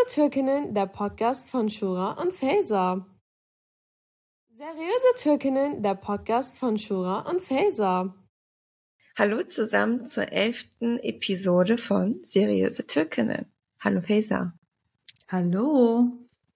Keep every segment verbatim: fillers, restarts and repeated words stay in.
Türkinnen, der Podcast von Shura und Feyza. Seriöse Türkinnen, der Podcast von Shura und Feyza. Hallo zusammen zur elften Episode von Seriöse Türkinnen. Hallo Feyza. Hallo.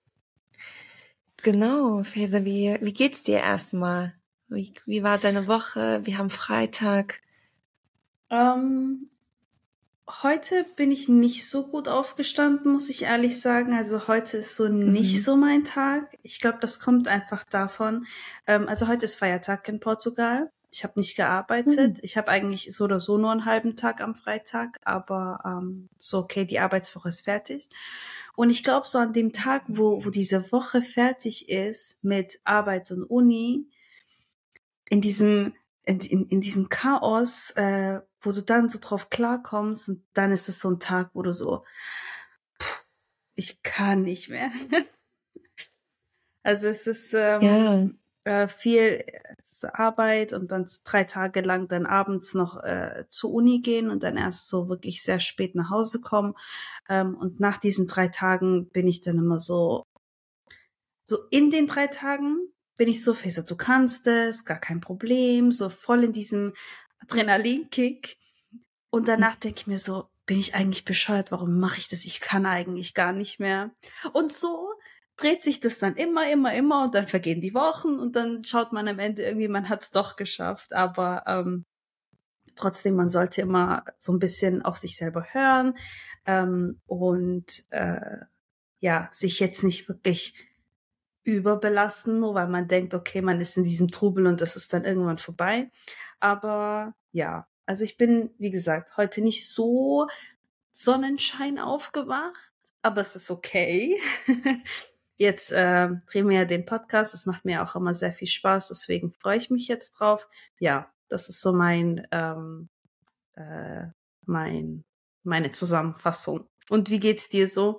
Genau, Feyza, wie, wie geht's dir erstmal? Wie, wie war deine Woche? Wir haben Freitag. Ähm, heute bin ich nicht so gut aufgestanden, muss ich ehrlich sagen. Also heute ist so nicht Mhm. so mein Tag. Ich glaube, das kommt einfach davon. Ähm, also heute ist Feiertag in Portugal. Ich habe nicht gearbeitet. Mhm. Ich habe eigentlich so oder so nur einen halben Tag am Freitag, aber ähm, so okay, die Arbeitswoche ist fertig. Und ich glaube, so an dem Tag, wo, wo diese Woche fertig ist mit Arbeit und Uni, in diesem, in, in, in diesem Chaos, äh, wo du dann so drauf klarkommst, und dann ist es so ein Tag, wo du so, pff, ich kann nicht mehr. Also es ist ähm, Ja. äh, viel Arbeit und dann drei Tage lang dann abends noch äh, zur Uni gehen und dann erst so wirklich sehr spät nach Hause kommen. Ähm, und nach diesen drei Tagen bin ich dann immer so, so in den drei Tagen bin ich so fest, du kannst es, gar kein Problem, so voll in diesem Adrenalinkick. Und danach denke ich mir so, bin ich eigentlich bescheuert? Warum mache ich das? Ich kann eigentlich gar nicht mehr. Und so dreht sich das dann immer, immer, immer und dann vergehen die Wochen und dann schaut man am Ende irgendwie, man hat es doch geschafft. Aber ähm, trotzdem, man sollte immer so ein bisschen auf sich selber hören ähm, und äh, ja, sich jetzt nicht wirklich überbelasten, nur weil man denkt, okay, man ist in diesem Trubel und das ist dann irgendwann vorbei. Aber ja, also ich bin, wie gesagt, heute nicht so Sonnenschein aufgewacht, aber es ist okay. Jetzt äh, drehen wir ja den Podcast, es macht mir auch immer sehr viel Spaß, deswegen freue ich mich jetzt drauf. Ja, das ist so mein, ähm, äh, mein, meine Zusammenfassung. Und wie geht's dir so?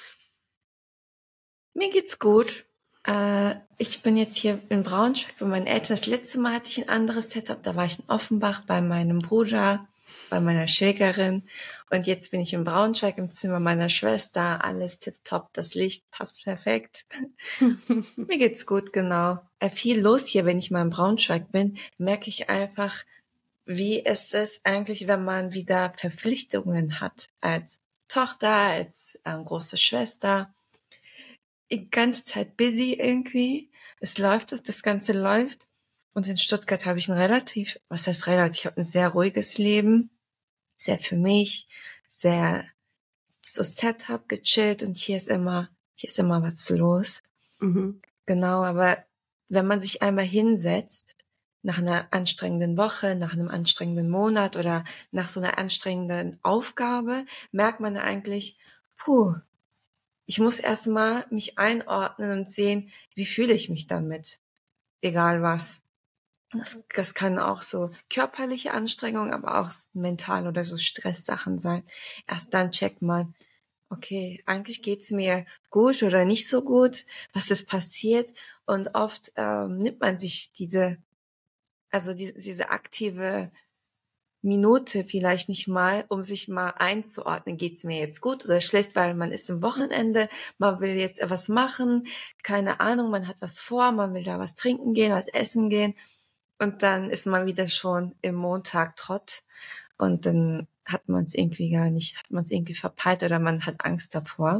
Mir geht's gut. Äh, ich bin jetzt hier in Braunschweig bei meinen Eltern. Das letzte Mal hatte ich ein anderes Setup. Da war ich in Offenbach bei meinem Bruder, bei meiner Schwägerin. Und jetzt bin ich in Braunschweig im Zimmer meiner Schwester. Alles tipptopp. Das Licht passt perfekt. Mir geht's gut, genau. Äh, viel los hier, wenn ich mal in Braunschweig bin, merke ich einfach, wie ist es eigentlich, wenn man wieder Verpflichtungen hat als Tochter, als äh, große Schwester. Die ganze Zeit busy irgendwie. Es läuft, das, das Ganze läuft. Und in Stuttgart habe ich ein relativ, was heißt relativ, ich habe ein sehr ruhiges Leben, sehr für mich, sehr so Setup, gechillt und hier ist immer, hier ist immer was los. Mhm. Genau, aber wenn man sich einmal hinsetzt, nach einer anstrengenden Woche, nach einem anstrengenden Monat oder nach so einer anstrengenden Aufgabe, merkt man eigentlich, puh, ich muss erstmal mich einordnen und sehen, wie fühle ich mich damit, egal was. Das, das kann auch so körperliche Anstrengung, aber auch mental oder so Stresssachen sein. Erst dann checkt man, okay, eigentlich geht's mir gut oder nicht so gut, was ist passiert. Und oft ähm, nimmt man sich diese, also die, diese aktive Minute vielleicht nicht mal, um sich mal einzuordnen, geht's mir jetzt gut oder schlecht, weil man ist im Wochenende, man will jetzt was machen, keine Ahnung, man hat was vor, man will da was trinken gehen, was essen gehen und dann ist man wieder schon im Montagtrott und dann hat man es irgendwie gar nicht, hat man es irgendwie verpeilt oder man hat Angst davor.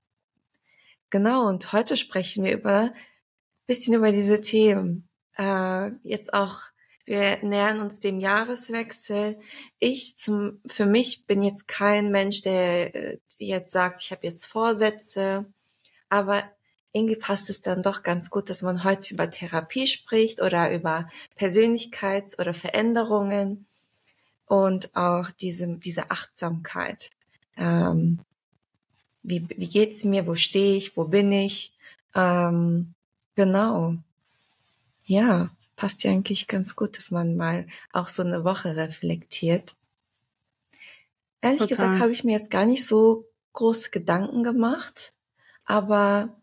Genau, und heute sprechen wir über bisschen über diese Themen. Äh, jetzt auch, wir nähern uns dem Jahreswechsel. Ich zum, für mich bin jetzt kein Mensch, der äh, jetzt sagt, ich habe jetzt Vorsätze, aber irgendwie passt es dann doch ganz gut, dass man heute über Therapie spricht oder über Persönlichkeits- oder Veränderungen und auch diese, diese Achtsamkeit. Ähm, wie, wie geht's mir? Wo stehe ich? Wo bin ich? Ähm, genau. Ja, passt ja eigentlich ganz gut, dass man mal auch so eine Woche reflektiert. Ehrlich Total. gesagt habe ich mir jetzt gar nicht so groß Gedanken gemacht, aber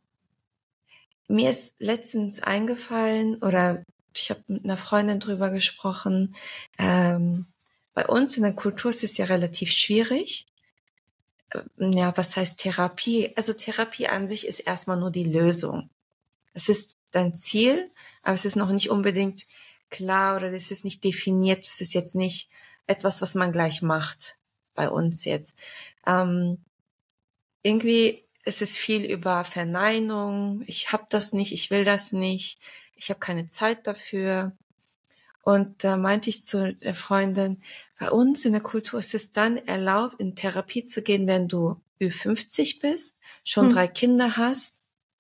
mir ist letztens eingefallen oder ich habe mit einer Freundin drüber gesprochen, ähm, bei uns in der Kultur ist es ja relativ schwierig, ja, was heißt Therapie? Also Therapie an sich ist erstmal nur die Lösung. Es ist dein Ziel, aber es ist noch nicht unbedingt klar oder es ist nicht definiert. Es ist jetzt nicht etwas, was man gleich macht bei uns jetzt. Ähm, irgendwie ist es viel über Verneinung. Ich habe das nicht, ich will das nicht, ich habe keine Zeit dafür. Und da meinte ich zu der Freundin, bei uns in der Kultur ist es dann erlaubt, in Therapie zu gehen, wenn du über fünfzig bist, schon Hm. drei Kinder hast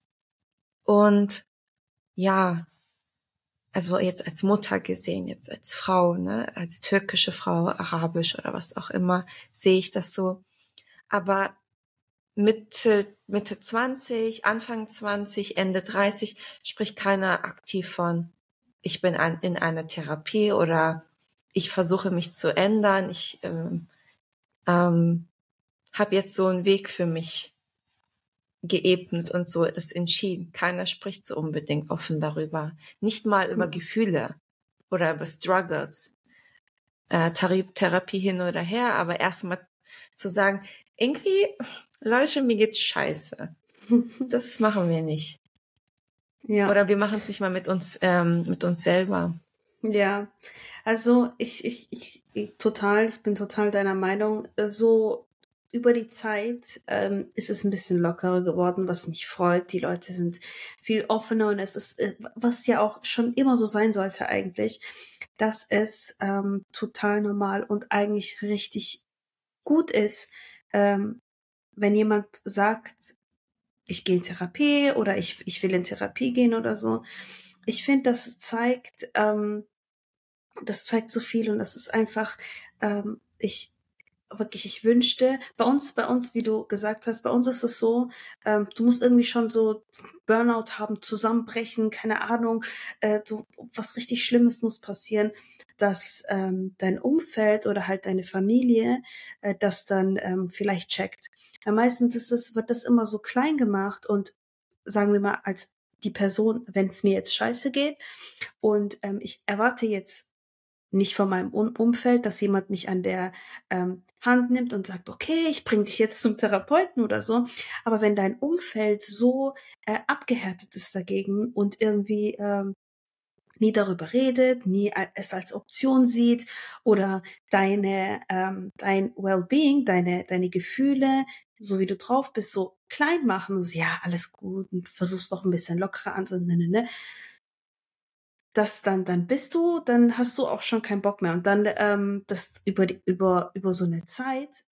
und ja, also jetzt als Mutter gesehen, jetzt als Frau, ne, als türkische Frau, arabisch oder was auch immer, sehe ich das so. Aber Mitte, Mitte zwanzig, Anfang zwanzig, Ende dreißig spricht keiner aktiv von, ich bin an, in einer Therapie oder ich versuche mich zu ändern. Ich ähm, ähm, habe jetzt so einen Weg für mich geebnet und so das entschieden. Keiner spricht so unbedingt offen darüber. Nicht mal über Gefühle oder über Struggles. Äh, Thera- Therapie hin oder her, aber erstmal zu sagen, irgendwie, Leute, mir geht's scheiße. Das machen wir nicht. Ja. Oder wir machen es nicht mal mit uns, ähm, mit uns selber. Ja, also ich, ich, ich, ich total, ich bin total deiner Meinung. So über die Zeit ähm, ist es ein bisschen lockerer geworden, was mich freut. Die Leute sind viel offener und es ist, äh, was ja auch schon immer so sein sollte eigentlich, dass es ähm, total normal und eigentlich richtig gut ist, ähm, wenn jemand sagt, ich gehe in Therapie oder ich, ich will in Therapie gehen oder so. Ich finde, das zeigt, ähm, das zeigt so viel und das ist einfach, ähm, ich wirklich, ich wünschte, bei uns, bei uns, wie du gesagt hast, bei uns ist es so, ähm, du musst irgendwie schon so Burnout haben, zusammenbrechen, keine Ahnung, äh, so was richtig Schlimmes muss passieren, dass ähm, dein Umfeld oder halt deine Familie äh, das dann ähm, vielleicht checkt. Weil meistens ist es, wird das immer so klein gemacht und sagen wir mal, als die Person, wenn es mir jetzt scheiße geht und ähm, ich erwarte jetzt nicht von meinem um Umfeld, dass jemand mich an der ähm, Hand nimmt und sagt, okay, ich bring dich jetzt zum Therapeuten oder so. Aber wenn dein Umfeld so äh, abgehärtet ist dagegen und irgendwie ähm, nie darüber redet, nie es als Option sieht oder deine ähm, dein Wellbeing, deine deine Gefühle, so wie du drauf bist, so klein machen und so, ja, alles gut und versuchst noch ein bisschen lockerer an, so, ne, ne, ne. Das dann, dann bist du, dann hast du auch schon keinen Bock mehr. Und dann, ähm, das über die, über, über so eine Zeit,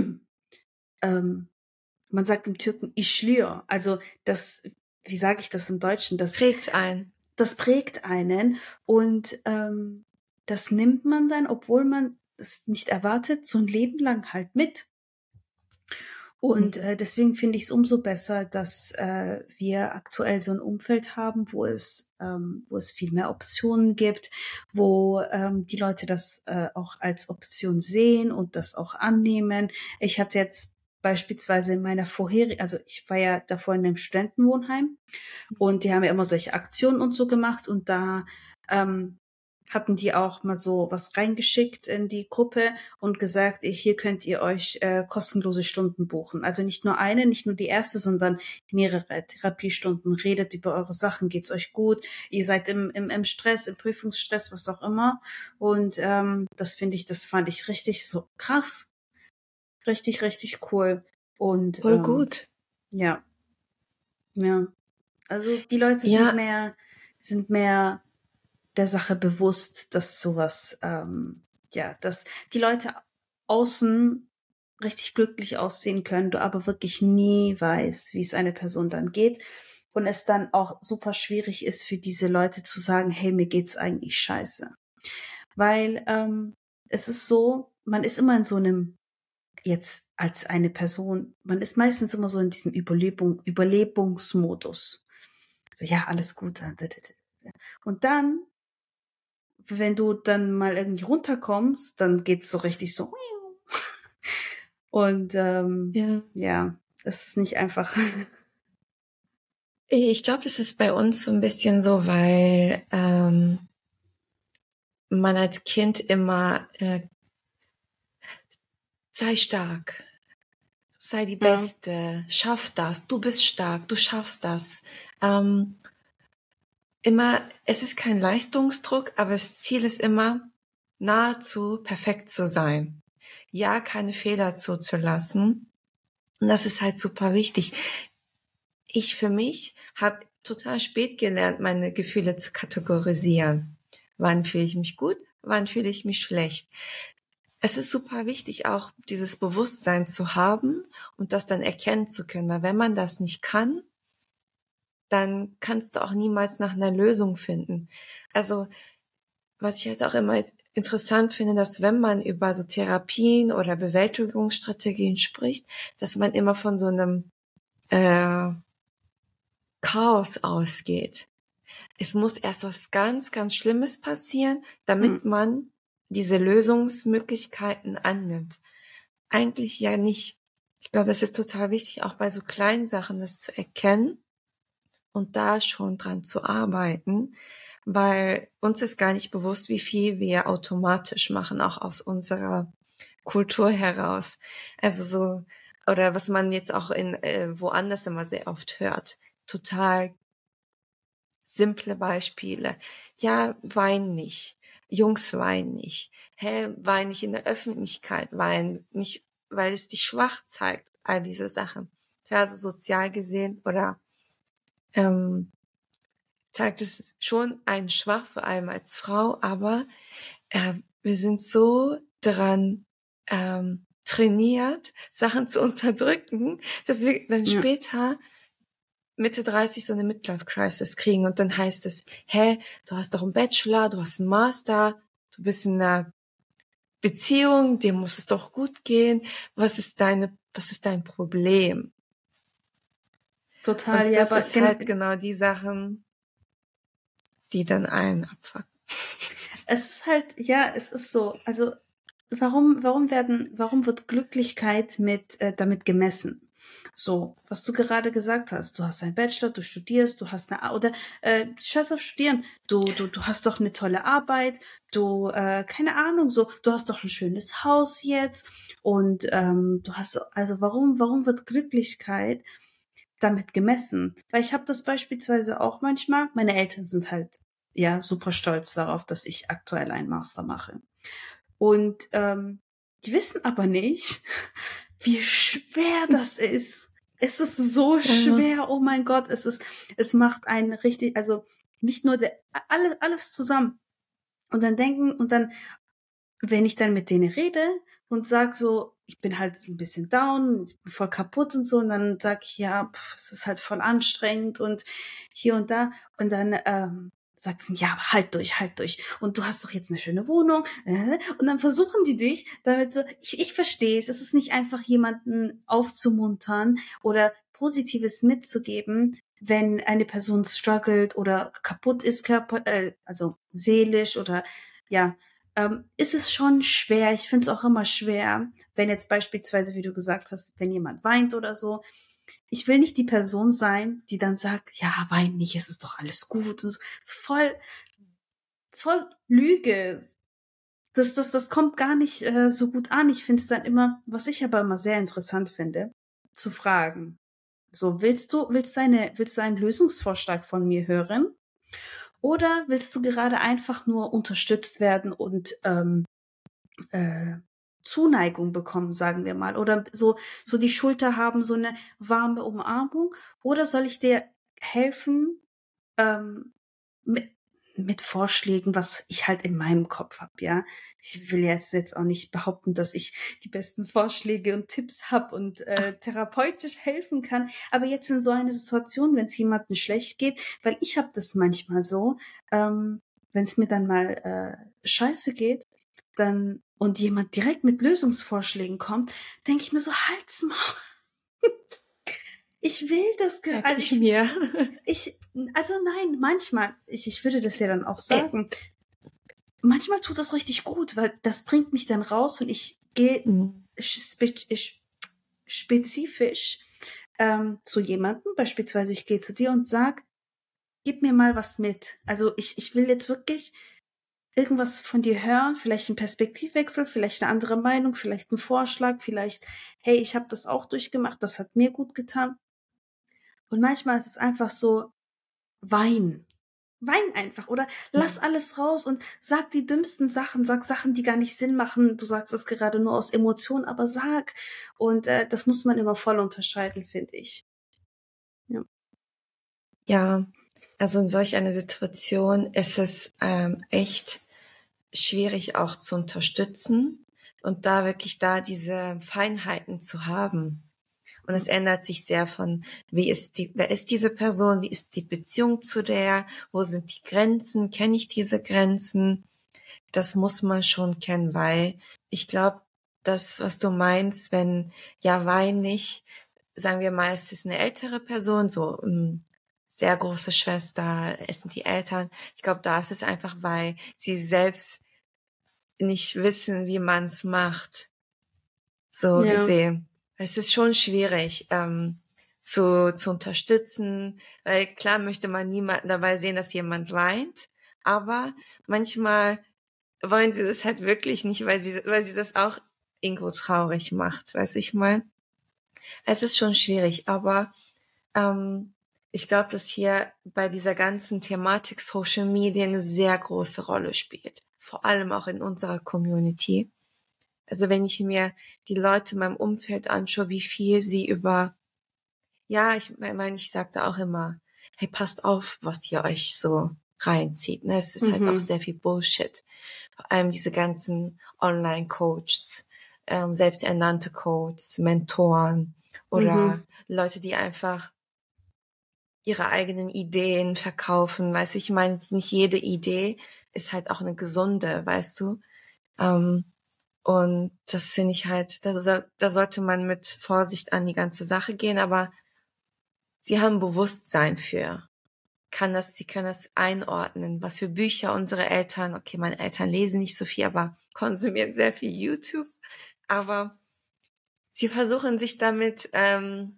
ähm, man sagt im Türken işliyor. Also das, wie sage ich das im Deutschen? Das, Prägt ein. das prägt einen und ähm, das nimmt man dann, obwohl man es nicht erwartet, so ein Leben lang halt mit. Und äh, deswegen finde ich es umso besser, dass äh, wir aktuell so ein Umfeld haben, wo es, ähm, wo es viel mehr Optionen gibt, wo ähm, die Leute das äh, auch als Option sehen und das auch annehmen. Ich hatte jetzt beispielsweise in meiner vorherigen, also ich war ja davor in einem Studentenwohnheim und die haben ja immer solche Aktionen und so gemacht und da ähm, hatten die auch mal so was reingeschickt in die Gruppe und gesagt, hier könnt ihr euch äh, kostenlose Stunden buchen. Also nicht nur eine, nicht nur die erste, sondern mehrere Therapiestunden. Redet über eure Sachen, geht's euch gut? Ihr seid im, im, im Stress, im Prüfungsstress, was auch immer. Und ähm, das finde ich, das fand ich richtig so krass. Richtig, richtig cool. Und Voll ähm, gut. ja, ja. Also die Leute sind Ja, mehr, sind mehr der Sache bewusst, dass sowas, ähm, ja, dass die Leute außen richtig glücklich aussehen können, du aber wirklich nie weißt, wie es einer Person dann geht und es dann auch super schwierig ist für diese Leute zu sagen, hey, mir geht's eigentlich scheiße. Weil ähm, es ist so, man ist immer in so einem, jetzt als eine Person, man ist meistens immer so in diesem Überlebung, Überlebungsmodus. So, ja, alles gut. Und dann wenn du dann mal irgendwie runterkommst, dann geht's so richtig so. Und ähm, ja. ja, es ist nicht einfach. Ich glaube, das ist bei uns so ein bisschen so, weil ähm, man als Kind immer äh, sei stark, sei die Ja. Beste, schaff das, du bist stark, du schaffst das. Ähm, immer, es ist kein Leistungsdruck, aber das Ziel ist immer, nahezu perfekt zu sein. Ja, keine Fehler zuzulassen. Und das ist halt super wichtig. Ich für mich habe total spät gelernt, meine Gefühle zu kategorisieren. Wann fühle ich mich gut, wann fühle ich mich schlecht. Es ist super wichtig, auch dieses Bewusstsein zu haben und das dann erkennen zu können. Weil wenn man das nicht kann, dann kannst du auch niemals nach einer Lösung finden. Also was ich halt auch immer interessant finde, dass wenn man über so Therapien oder Bewältigungsstrategien spricht, dass man immer von so einem äh, Chaos ausgeht. Es muss erst was ganz, ganz Schlimmes passieren, damit Hm. man diese Lösungsmöglichkeiten annimmt. Eigentlich ja nicht. Ich glaube, es ist total wichtig, auch bei so kleinen Sachen das zu erkennen und da schon dran zu arbeiten, weil uns ist gar nicht bewusst, wie viel wir automatisch machen, auch aus unserer Kultur heraus. Also so, oder was man jetzt auch in äh, woanders immer sehr oft hört. Total simple Beispiele. Ja, wein nicht. Jungs weinen nicht. Hä, wein nicht in der Öffentlichkeit. Wein nicht, weil es dich schwach zeigt. All diese Sachen. Ja, also sozial gesehen oder ähm, zeigt es schon einen schwach, vor allem als Frau, aber äh, wir sind so daran ähm, trainiert, Sachen zu unterdrücken, dass wir dann Ja. später Mitte dreißig so eine Midlife-Crisis kriegen und dann heißt es, hä, du hast doch einen Bachelor, du hast einen Master, du bist in einer Beziehung, dir muss es doch gut gehen, was ist deine, was ist dein Problem? Total, Und ja, das aber ist gen halt genau die Sachen, die dann einen abfucken. es ist halt, ja, es ist so, also warum, warum werden, warum wird Glücklichkeit mit, äh, damit gemessen? So, was du gerade gesagt hast, du hast einen Bachelor, du studierst, du hast eine, A- oder, äh, scheiß auf Studieren, du, du, du hast doch eine tolle Arbeit, du, äh, keine Ahnung, so, du hast doch ein schönes Haus jetzt und, ähm, du hast, also warum, warum wird Glücklichkeit damit gemessen? Weil ich habe das beispielsweise auch manchmal, meine Eltern sind halt, ja, super stolz darauf, dass ich aktuell einen Master mache. Und ähm, die wissen aber nicht, wie schwer das ist. Es ist so Ja. schwer, oh mein Gott, es ist, es macht einen richtig, also nicht nur der, alles, alles zusammen. Und dann denken, und dann, wenn ich dann mit denen rede und sag so, ich bin halt ein bisschen down, ich bin voll kaputt und so, und dann sag ich, ja, pff, es ist halt voll anstrengend und hier und da. Und dann ähm, sagt sie mir, ja, aber halt durch, halt durch. Und du hast doch jetzt eine schöne Wohnung. Äh? Und dann versuchen die dich damit so, ich, ich verstehe es, es ist nicht einfach jemanden aufzumuntern oder Positives mitzugeben, wenn eine Person struggelt oder kaputt ist, körper, äh, also seelisch oder ja, ähm, ist es schon schwer. Ich finde es auch immer schwer, wenn jetzt beispielsweise, wie du gesagt hast, wenn jemand weint oder so. Ich will nicht die Person sein, die dann sagt, ja, wein nicht, es ist doch alles gut. Und so. Ist voll, voll Lüge. Das, das, das kommt gar nicht äh, so gut an. Ich finde es dann immer, was ich aber immer sehr interessant finde, zu fragen. So, willst du, willst du eine, willst du einen Lösungsvorschlag von mir hören? Oder willst du gerade einfach nur unterstützt werden und ähm, äh, Zuneigung bekommen, sagen wir mal, oder so, so die Schulter haben, so eine warme Umarmung, oder soll ich dir helfen, ähm, mit, mit Vorschlägen, was ich halt in meinem Kopf habe, ja. Ich will jetzt jetzt auch nicht behaupten, dass ich die besten Vorschläge und Tipps habe und äh, therapeutisch helfen kann, aber jetzt in so einer Situation, wenn es jemandem schlecht geht, weil ich habe das manchmal so, ähm, wenn es mir dann mal äh, scheiße geht, dann und jemand direkt mit Lösungsvorschlägen kommt, denke ich mir so, halt's Maul. Ich will das, ge- Sag also ich ich, mir. ich, also nein, manchmal, ich, ich würde das ja dann auch Äh, sagen, manchmal tut das richtig gut, weil das bringt mich dann raus und ich gehe mm, spe ich- spezifisch ähm, zu jemandem, beispielsweise ich gehe zu dir und sag, gib mir mal was mit. Also ich, ich will jetzt wirklich irgendwas von dir hören, vielleicht ein Perspektivwechsel, vielleicht eine andere Meinung, vielleicht ein Vorschlag, vielleicht, hey, ich habe das auch durchgemacht, das hat mir gut getan. Und manchmal ist es einfach so, wein. Wein einfach oder lass alles raus und sag die dümmsten Sachen, sag Sachen, die gar nicht Sinn machen. Du sagst es gerade nur aus Emotion, aber sag. Und äh, das muss man immer voll unterscheiden, finde ich. Ja. Ja, also in solch einer Situation ist es ähm, echt schwierig auch zu unterstützen und da wirklich da diese Feinheiten zu haben. Und es ändert sich sehr von, wie ist die, wer ist diese Person, wie ist die Beziehung zu der, wo sind die Grenzen, kenne ich diese Grenzen? Das muss man schon kennen, weil ich glaube, das, was du meinst, wenn ja Wein nicht, sagen wir mal, es ist eine ältere Person, so um, sehr große Schwester, es sind die Eltern. Ich glaube, da ist es einfach, weil sie selbst nicht wissen, wie man es macht, so Ja. gesehen. Es ist schon schwierig ähm, zu, zu unterstützen, weil klar möchte man niemanden dabei sehen, dass jemand weint, aber manchmal wollen sie das halt wirklich nicht, weil sie, weil sie das auch irgendwo traurig macht, weiß ich mal. Es ist schon schwierig, aber ähm, ich glaube, dass hier bei dieser ganzen Thematik Social Media eine sehr große Rolle spielt, vor allem auch in unserer Community. Also wenn ich mir die Leute in meinem Umfeld anschaue, wie viel sie über, ja, ich meine, ich sagte auch immer, hey, passt auf, was ihr euch so reinzieht. Ne? Es ist halt auch Mhm. sehr viel Bullshit. Vor allem diese ganzen Online-Coaches, ähm, selbsternannte Coaches, Mentoren oder Mhm. Leute, die einfach ihre eigenen Ideen verkaufen. Weißt du, ich meine, nicht jede Idee ist halt auch eine gesunde, weißt du. Ähm, und das finde ich halt, da, da sollte man mit Vorsicht an die ganze Sache gehen, aber sie haben Bewusstsein für, kann das, sie können das einordnen, was für Bücher unsere Eltern, okay, meine Eltern lesen nicht so viel, aber konsumieren sehr viel YouTube, aber sie versuchen sich damit ähm,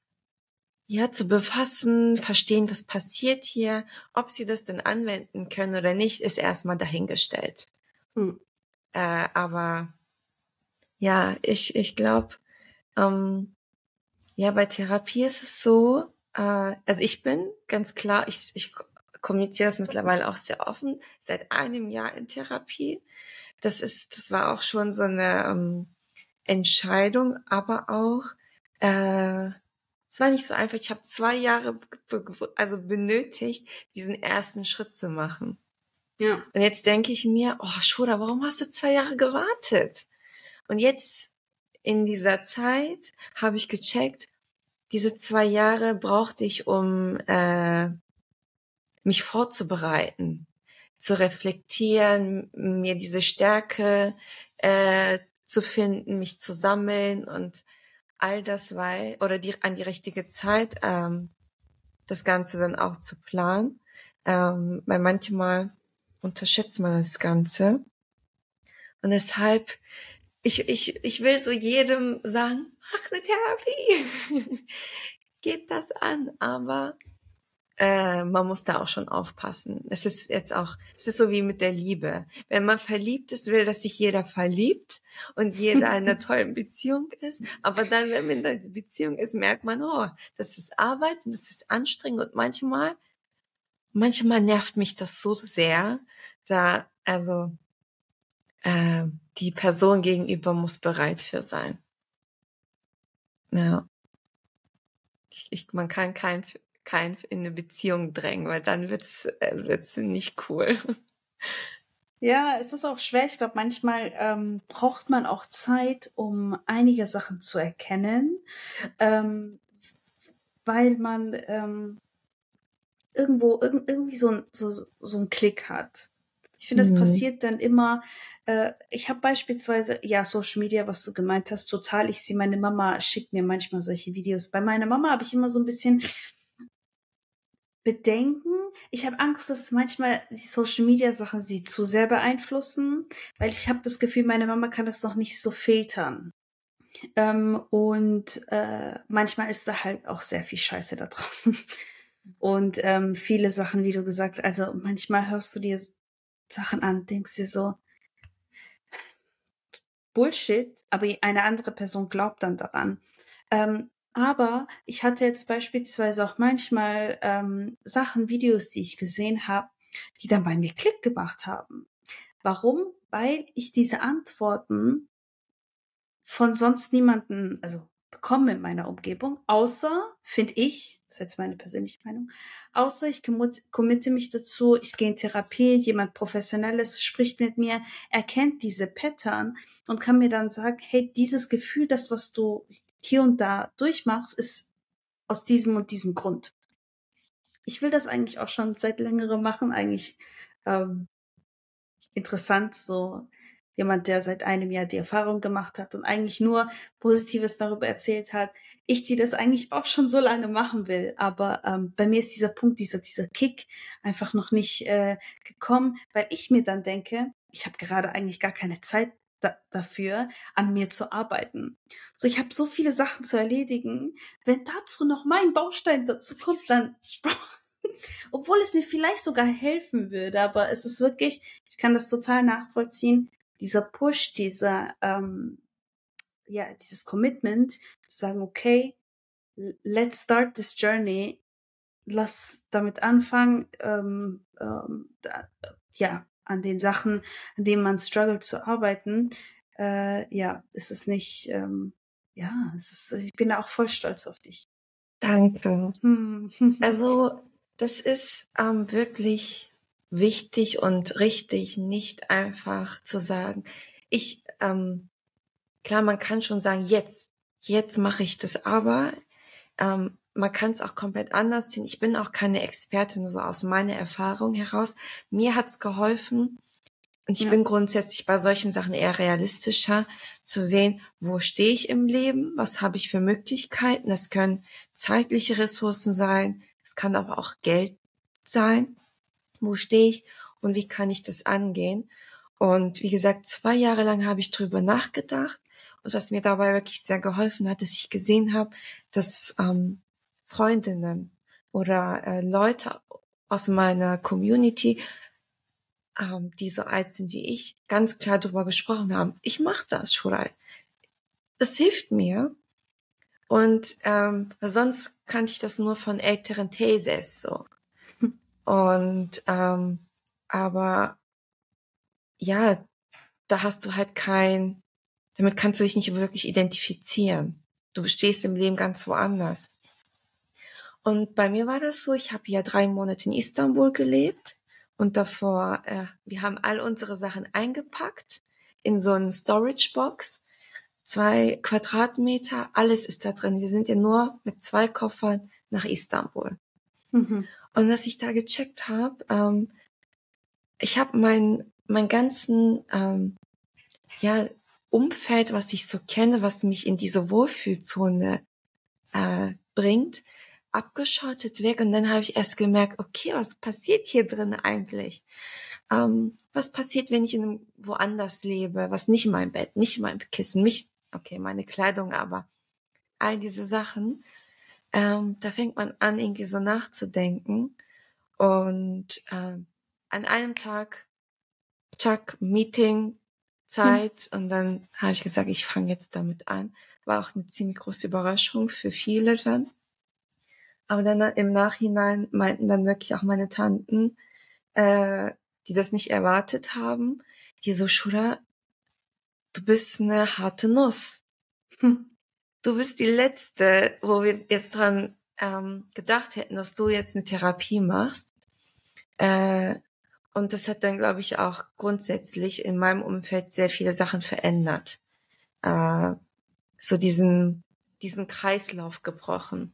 ja zu befassen, verstehen, was passiert hier, ob sie das denn anwenden können oder nicht, ist erstmal dahingestellt. Mhm. Äh, aber ja, ich ich glaube, ähm, ja, bei Therapie ist es so, äh, also ich bin ganz klar, ich, ich kommuniziere das mittlerweile auch sehr offen, seit einem Jahr in Therapie. Das ist, das war auch schon so eine ähm, Entscheidung, aber auch, äh, es war nicht so einfach. Ich habe zwei Jahre be- be- also benötigt, diesen ersten Schritt zu machen. Ja. Und jetzt denke ich mir, oh Shura, warum hast du zwei Jahre gewartet? Und jetzt in dieser Zeit habe ich gecheckt, diese zwei Jahre brauchte ich, um äh, mich vorzubereiten, zu reflektieren, mir diese Stärke äh, zu finden, mich zu sammeln und all das, weil, oder die, an die richtige Zeit ähm, das Ganze dann auch zu planen, ähm, weil manchmal unterschätzt man das Ganze. Und deshalb, ich, ich, ich will so jedem sagen, mach eine Therapie. Geht das an, aber äh, man muss da auch schon aufpassen. Es ist jetzt auch, es ist so wie mit der Liebe. Wenn man verliebt ist, will, dass sich jeder verliebt und jeder in einer tollen Beziehung ist. Aber dann, wenn man in der Beziehung ist, merkt man, oh, das ist Arbeit und das ist anstrengend und manchmal, manchmal nervt mich das so sehr, da, also, äh, die Person gegenüber muss bereit für sein. Ja. Ich, ich, man kann kein, kein in eine Beziehung drängen, weil dann wird's, äh, wird's nicht cool. Ja, es ist auch schwer. Ich glaube, manchmal ähm, braucht man auch Zeit, um einige Sachen zu erkennen, ähm, weil man ähm, irgendwo irg irgendwie so, ein- so, so einen Klick hat. Ich finde, das Mhm. passiert dann immer. Äh, ich habe beispielsweise, ja, Social Media, was du gemeint hast, total. Ich sehe, meine Mama schickt mir manchmal solche Videos. Bei meiner Mama habe ich immer so ein bisschen Bedenken. Ich habe Angst, dass manchmal die Social Media Sachen sie zu sehr beeinflussen, weil ich habe das Gefühl, meine Mama kann das noch nicht so filtern. Ähm, und äh, manchmal ist da halt auch sehr viel Scheiße da draußen. Und ähm, viele Sachen, wie du gesagt, also manchmal hörst du dir Sachen an, denkst dir so, Bullshit, aber eine andere Person glaubt dann daran. Ähm, aber ich hatte jetzt beispielsweise auch manchmal ähm, Sachen, Videos, die ich gesehen habe, die dann bei mir Klick gemacht haben. Warum? Weil ich diese Antworten von sonst niemanden, also bekomme in meiner Umgebung, außer, finde ich, das ist jetzt meine persönliche Meinung, außer ich commit- committe mich dazu, ich gehe in Therapie, jemand Professionelles spricht mit mir, erkennt diese Pattern und kann mir dann sagen, hey, dieses Gefühl, das, was du hier und da durchmachst, ist aus diesem und diesem Grund. Ich will das eigentlich auch schon seit längerem machen, eigentlich ähm, interessant, so jemand, der seit einem Jahr die Erfahrung gemacht hat und eigentlich nur Positives darüber erzählt hat. Ich, die das eigentlich auch schon so lange machen will, aber ähm, bei mir ist dieser Punkt, dieser dieser Kick einfach noch nicht äh, gekommen, weil ich mir dann denke, ich habe gerade eigentlich gar keine Zeit da, dafür, an mir zu arbeiten. So, ich habe so viele Sachen zu erledigen. Wenn dazu noch mein Baustein dazu kommt, dann obwohl es mir vielleicht sogar helfen würde, aber es ist wirklich, ich kann das total nachvollziehen, dieser Push, dieser, ähm, ja, dieses Commitment, zu sagen, okay, let's start this journey, lass damit anfangen, ähm, ähm, da, ja, an den Sachen, an denen man struggelt zu arbeiten, äh, ja, es ist nicht, ähm, ja, es ist, ich bin da auch voll stolz auf dich. Danke. Hm. Also das ist ähm, wirklich wichtig und richtig, nicht einfach zu sagen, ich, ähm, klar, man kann schon sagen, jetzt, jetzt mache ich das, aber ähm, man kann es auch komplett anders sehen. Ich bin auch keine Expertin, nur so aus meiner Erfahrung heraus. Mir hat's geholfen, und ich Ja. bin grundsätzlich bei solchen Sachen eher realistischer, zu sehen, wo stehe ich im Leben, was habe ich für Möglichkeiten. Das können zeitliche Ressourcen sein, es kann aber auch Geld sein. Wo stehe ich und wie kann ich das angehen? Und wie gesagt, zwei Jahre lang habe ich drüber nachgedacht. Und was mir dabei wirklich sehr geholfen hat, dass ich gesehen habe, dass ähm, Freundinnen oder äh, Leute aus meiner Community, ähm, die so alt sind wie ich, ganz klar darüber gesprochen haben. Ich mache das, Shurai. Das hilft mir. Und ähm, sonst kannte ich das nur von älteren Theses so. Und ähm, aber ja, da hast du halt kein, damit kannst du dich nicht wirklich identifizieren. Du stehst im Leben ganz woanders. Und bei mir war das so, ich habe ja drei Monate in Istanbul gelebt und davor, äh, wir haben all unsere Sachen eingepackt in so einen Storage-Box, zwei Quadratmeter, alles ist da drin. Wir sind ja nur mit zwei Koffern nach Istanbul. Mhm. Und was ich da gecheckt habe, ähm, ich habe mein, mein ganzen ähm, ja, Umfeld, was ich so kenne, was mich in diese Wohlfühlzone äh, bringt, abgeschottet weg. Und dann habe ich erst gemerkt, okay, was passiert hier drin eigentlich? Ähm, was passiert, wenn ich in einem, woanders lebe, was nicht mein Bett, nicht mein Kissen, mich, okay, meine Kleidung, aber all diese Sachen, ähm, da fängt man an, irgendwie so nachzudenken. Und ähm, an einem Tag, Chuck, Meeting, Zeit, und dann habe ich gesagt, ich fange jetzt damit an. War auch eine ziemlich große Überraschung für viele dann. Aber dann im Nachhinein meinten dann wirklich auch meine Tanten, äh, die das nicht erwartet haben, die so, Shura, du bist eine harte Nuss. Hm. Du bist die Letzte, wo wir jetzt dran ähm, gedacht hätten, dass du jetzt eine Therapie machst. Äh, und das hat dann, glaube ich, auch grundsätzlich in meinem Umfeld sehr viele Sachen verändert. Äh, so diesen, diesen Kreislauf gebrochen.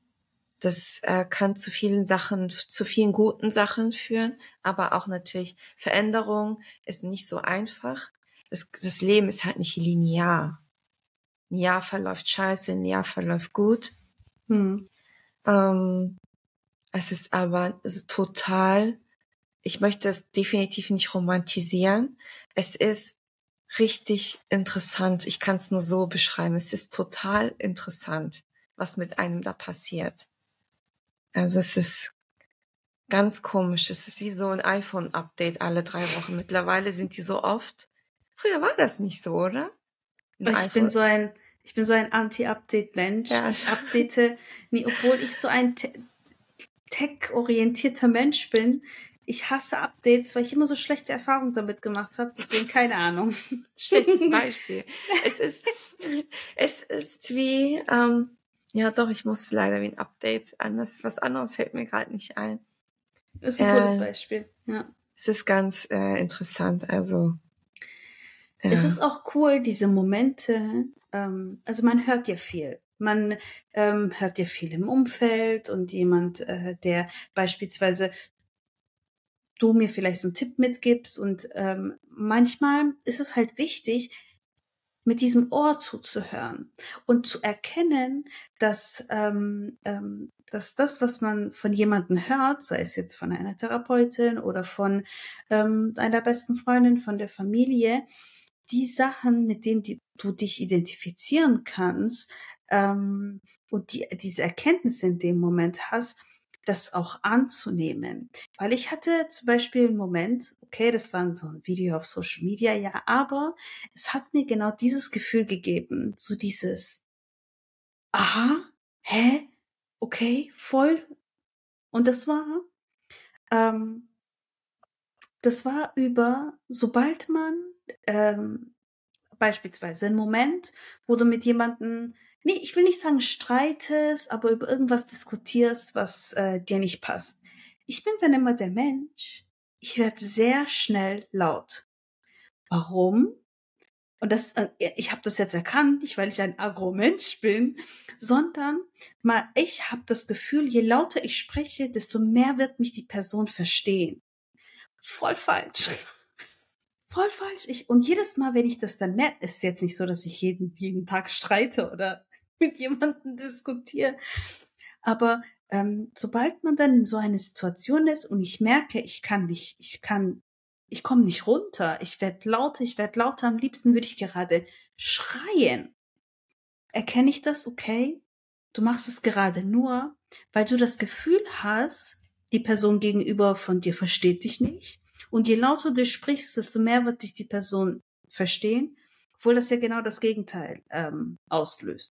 Das äh, kann zu vielen Sachen, zu vielen guten Sachen führen, aber auch natürlich Veränderung ist nicht so einfach. Das, das Leben ist halt nicht linear. Ein Jahr verläuft scheiße, ein Jahr verläuft gut. Hm. Ähm, es ist aber es ist total, ich möchte es definitiv nicht romantisieren. Es ist richtig interessant. Ich kann es nur so beschreiben. Es ist total interessant, was mit einem da passiert. Also es ist Ganz komisch. Es ist wie so ein iPhone-Update alle drei Wochen. Mittlerweile sind die so oft. Früher war das nicht so, oder? Ein Ich bin iPhone. so ein, ich bin so ein Anti-Update-Mensch. Ja. Ich update nie, obwohl ich so ein Te- tech-orientierter Mensch bin. Ich hasse Updates, weil ich immer so schlechte Erfahrungen damit gemacht habe. Deswegen keine Ahnung. Schlechtes Beispiel. es ist, es ist wie, ähm, ja doch, ich muss leider wie ein Update anders, was anderes fällt mir gerade nicht ein. Das ist ein cooles Äh, Beispiel. Ja. Es ist ganz äh, interessant, also. Ja. Es ist auch cool, diese Momente, ähm, also man hört ja viel. Man ähm, hört ja viel im Umfeld und jemand, äh, der beispielsweise du mir vielleicht so einen Tipp mitgibst und ähm, manchmal ist es halt wichtig, mit diesem Ohr zuzuhören und zu erkennen, dass, ähm, ähm, dass das, was man von jemandem hört, sei es jetzt von einer Therapeutin oder von ähm, einer besten Freundin, von der Familie, die Sachen, mit denen die, du dich identifizieren kannst ähm, und die, diese Erkenntnisse in dem Moment hast, das auch anzunehmen. Weil ich hatte zum Beispiel einen Moment, okay, das war so ein Video auf Social Media, ja, aber es hat mir genau dieses Gefühl gegeben, so dieses, aha, hä, okay, voll. Und das war, ähm, das war über, sobald man ähm, beispielsweise einen Moment, wo du mit jemandem, nee, ich will nicht sagen streitest, aber über irgendwas diskutierst, was äh, dir nicht passt. Ich bin dann immer der Mensch, ich werde sehr schnell laut. Warum? Und das, äh, ich habe das jetzt erkannt, nicht weil ich ein Agro-Mensch bin, sondern mal, ich habe das Gefühl, je lauter ich spreche, desto mehr wird mich die Person verstehen. Voll falsch. Voll falsch. Ich, und jedes Mal, wenn ich das dann merke, ist jetzt nicht so, dass ich jeden, jeden Tag streite oder mit jemandem diskutiere. Aber ähm, sobald man dann in so einer Situation ist und ich merke, ich kann nicht, ich kann, ich komme nicht runter, ich werde lauter, ich werde lauter, am liebsten würde ich gerade schreien. Erkenne ich das, okay? Du machst es gerade nur, weil du das Gefühl hast, die Person gegenüber von dir versteht dich nicht. Und je lauter du sprichst, desto mehr wird dich die Person verstehen, obwohl das ja genau das Gegenteil ähm, auslöst.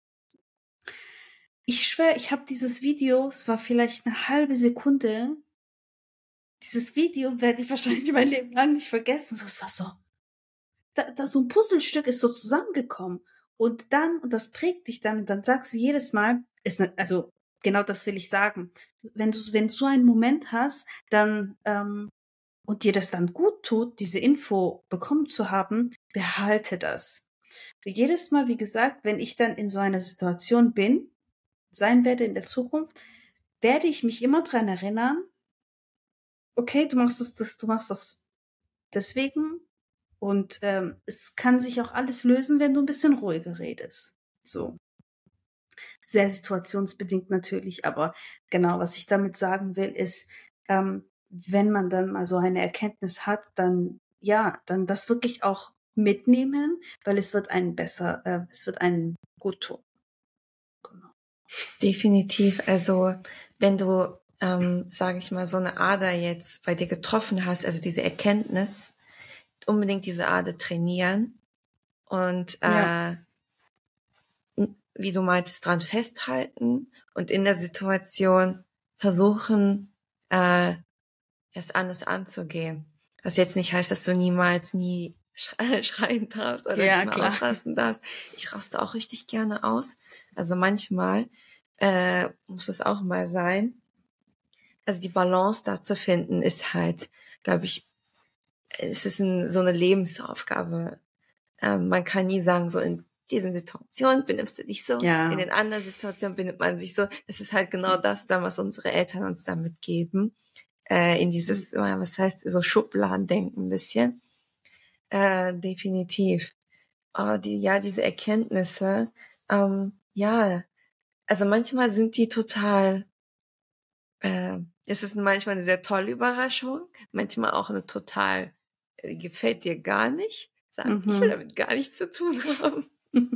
Ich schwöre, ich habe dieses Video, es war vielleicht eine halbe Sekunde. Dieses Video werde ich wahrscheinlich mein Leben lang nicht vergessen. So, es war so, da, da so ein Puzzlestück ist so zusammengekommen. Und dann, und das prägt dich dann, und dann sagst du jedes Mal, ist ne, also genau das will ich sagen. Wenn du, wenn du so einen Moment hast, dann ähm, und dir das dann gut tut, diese Info bekommen zu haben, behalte das. Jedes Mal, wie gesagt, wenn ich dann in so einer Situation bin, sein werde in der Zukunft, werde ich mich immer dran erinnern, okay, du machst das, das du machst das deswegen und ähm, es kann sich auch alles lösen, wenn du ein bisschen ruhiger redest. So. Sehr situationsbedingt natürlich, aber genau, was ich damit sagen will, ist, ähm, wenn man dann mal so eine Erkenntnis hat, dann ja, dann das wirklich auch mitnehmen, weil es wird einen besser, äh, es wird einen gut tun. Genau. Definitiv. Also wenn du, ähm, sage ich mal, so eine Ader jetzt bei dir getroffen hast, also diese Erkenntnis, unbedingt diese Ader trainieren und äh, Ja. wie du meintest, dran festhalten und in der Situation versuchen, äh, es anders anzugehen. Was jetzt nicht heißt, dass du niemals nie schreien darfst oder Ja, nicht mehr klar. ausrasten darfst. Ich raste auch richtig gerne aus. Also manchmal äh, muss es auch mal sein. Also die Balance da zu finden, ist halt, glaube ich, es ist ein, so eine Lebensaufgabe. Ähm, man kann nie sagen, so in diesen Situationen benimmst du dich so, Ja. in den anderen Situationen benimmt man sich so. Das ist halt genau das dann, was unsere Eltern uns da mitgeben. Äh, in dieses, mhm. was heißt, so Schubladendenken ein bisschen. Äh, definitiv. Aber die, ja, diese Erkenntnisse, ähm, ja, also manchmal sind die total, äh, es ist manchmal eine sehr tolle Überraschung, manchmal auch eine total, äh, gefällt dir gar nicht. Sagen, Mhm. ich will damit gar nichts zu tun haben.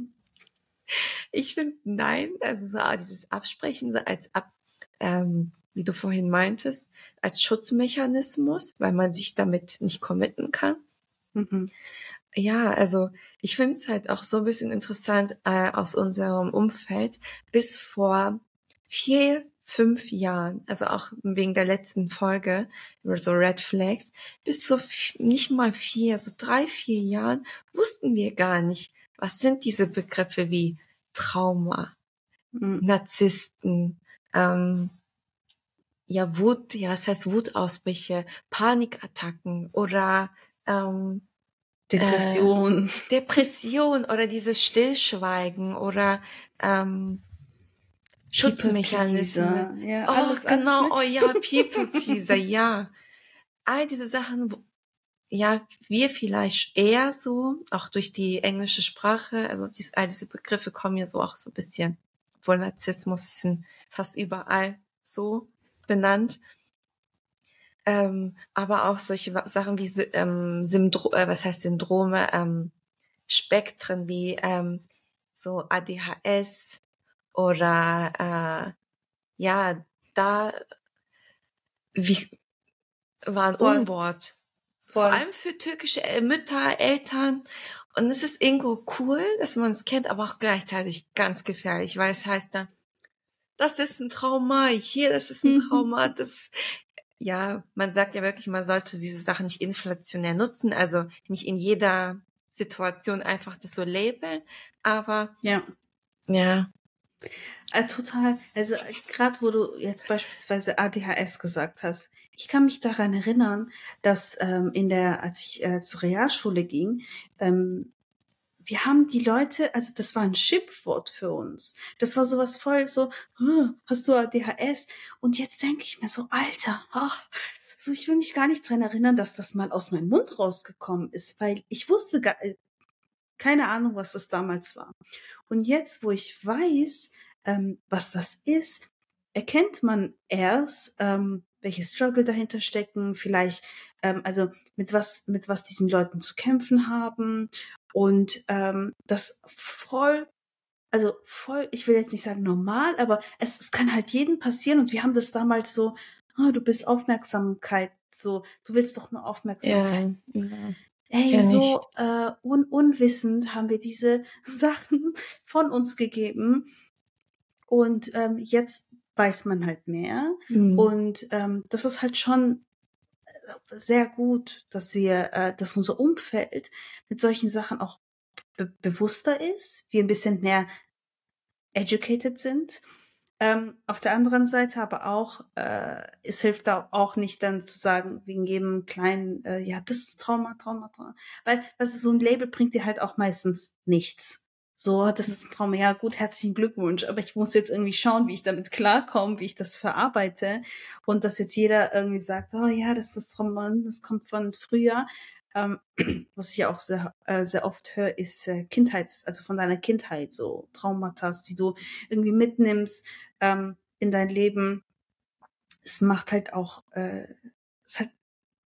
Ich finde, nein, also so ah, dieses Absprechen so als ab, ähm, wie du vorhin meintest, als Schutzmechanismus, weil man sich damit nicht committen kann. Mhm. Ja, also ich finde es halt auch so ein bisschen interessant äh, aus unserem Umfeld. Bis vor vier, fünf Jahren, also auch wegen der letzten Folge über so Red Flags, bis so f- nicht mal vier, so drei, vier Jahren wussten wir gar nicht, was sind diese Begriffe wie Trauma, Mhm. Narzissten, ähm, ja Wut, ja, was heißt Wutausbrüche, Panikattacken oder ähm, äh, Depression, Depression oder dieses Stillschweigen oder ähm, People Schutzmechanismen. Pleaser, ja, Oh, alles, alles genau, oh mögliche. ja, People Pleaser, ja. All diese Sachen, wo- ja, wir vielleicht eher so, auch durch die englische Sprache, also dies, all diese Begriffe kommen ja so auch so ein bisschen, obwohl Narzissmus ist in fast überall so benannt. Ähm, aber auch solche Wa- Sachen wie Sy- ähm, Syndro äh, was heißt Syndrome, ähm, Spektren wie ähm, so A D H S oder äh, ja, da wie, war ein Voll, Unwort. Vor voll. allem für türkische El- Mütter, Eltern. Und es ist irgendwo cool, dass man es kennt, aber auch gleichzeitig ganz gefährlich, weil es heißt dann, das ist ein Trauma, hier, das ist ein Trauma, das, ja, man sagt ja wirklich, man sollte diese Sachen nicht inflationär nutzen, also nicht in jeder Situation einfach das so labeln, aber Ja. ja, Äh, total. Also gerade wo du jetzt beispielsweise A D H S gesagt hast, ich kann mich daran erinnern, dass ähm, in der, als ich äh, zur Realschule ging, ähm, wir haben die Leute, also das war ein Schimpfwort für uns. Das war sowas voll so, "Huh, hast du A D H S?" Und jetzt denke ich mir so, Alter, ach, so ich will mich gar nicht dran erinnern, dass das mal aus meinem Mund rausgekommen ist, weil ich wusste gar, äh, keine Ahnung, was das damals war. Und jetzt, wo ich weiß, ähm, was das ist, erkennt man erst, ähm, welche Struggle dahinter stecken, vielleicht, ähm, also mit was, mit was diesen Leuten zu kämpfen haben und ähm, das voll, also voll, ich will jetzt nicht sagen normal, aber es, es kann halt jedem passieren und wir haben das damals so, ah, du bist Aufmerksamkeit, so, du willst doch nur Aufmerksamkeit. ja, ja, Hey, kenne ich. so äh, un unwissend haben wir diese Sachen von uns gegeben und ähm, jetzt weiß man halt mehr Hm. und ähm, das ist halt schon sehr gut, dass wir, äh, dass unser Umfeld mit solchen Sachen auch be bewusster ist, wir ein bisschen mehr educated sind. Ähm, auf der anderen Seite aber auch, äh, es hilft da auch nicht dann zu sagen, wegen jedem kleinen, äh, ja, das ist Trauma, Trauma, Trauma. Weil, das ist so ein Label bringt dir halt auch meistens nichts. So, das ist ein Trauma, ja gut, herzlichen Glückwunsch, aber ich muss jetzt irgendwie schauen, wie ich damit klarkomme, wie ich das verarbeite und dass jetzt jeder irgendwie sagt, oh ja, das ist das Trauma, das kommt von früher. Ähm, was ich ja auch sehr, äh, sehr oft höre, ist äh, Kindheits, also von deiner Kindheit, so Traumata, die du irgendwie mitnimmst ähm, in dein Leben. Es macht halt auch, äh, es hat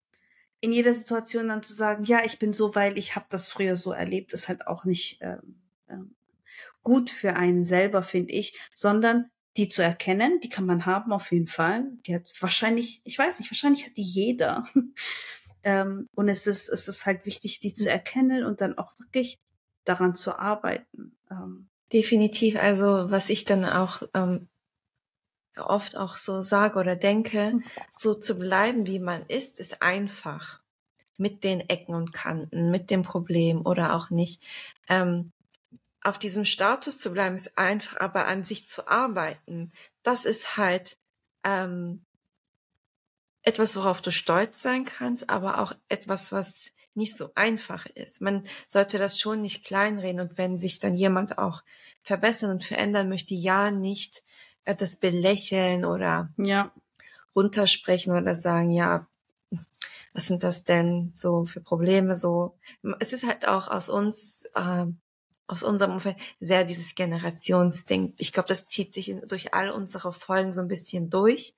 in jeder Situation dann zu sagen, ja, ich bin so, weil ich habe das früher so erlebt, ist halt auch nicht ähm, ähm, gut für einen selber, finde ich, sondern die zu erkennen, die kann man haben auf jeden Fall. Die hat wahrscheinlich, ich weiß nicht, wahrscheinlich hat die jeder. ähm, und es ist, es ist halt wichtig, die zu erkennen und dann auch wirklich daran zu arbeiten. Ähm, Definitiv, also was ich dann auch ähm, oft auch so sage oder denke, so zu bleiben, wie man ist, ist einfach. Mit den Ecken und Kanten, mit dem Problem oder auch nicht. Ähm, auf diesem Status zu bleiben, ist einfach, aber an sich zu arbeiten, das ist halt ähm, etwas, worauf du stolz sein kannst, aber auch etwas, was nicht so einfach ist. Man sollte das schon nicht kleinreden und wenn sich dann jemand auch verbessern und verändern möchte, ja nicht äh, das belächeln oder ja. runtersprechen oder sagen, ja, was sind das denn so für Probleme? So, es ist halt auch aus uns, äh, aus unserem Umfeld sehr dieses Generationsding. Ich glaube, das zieht sich in, durch all unsere Folgen so ein bisschen durch.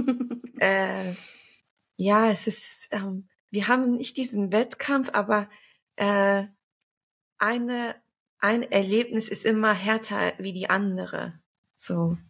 äh, ja, es ist, ähm, wir haben nicht diesen Wettkampf, aber äh, eine, ein Erlebnis ist immer härter wie die andere. So,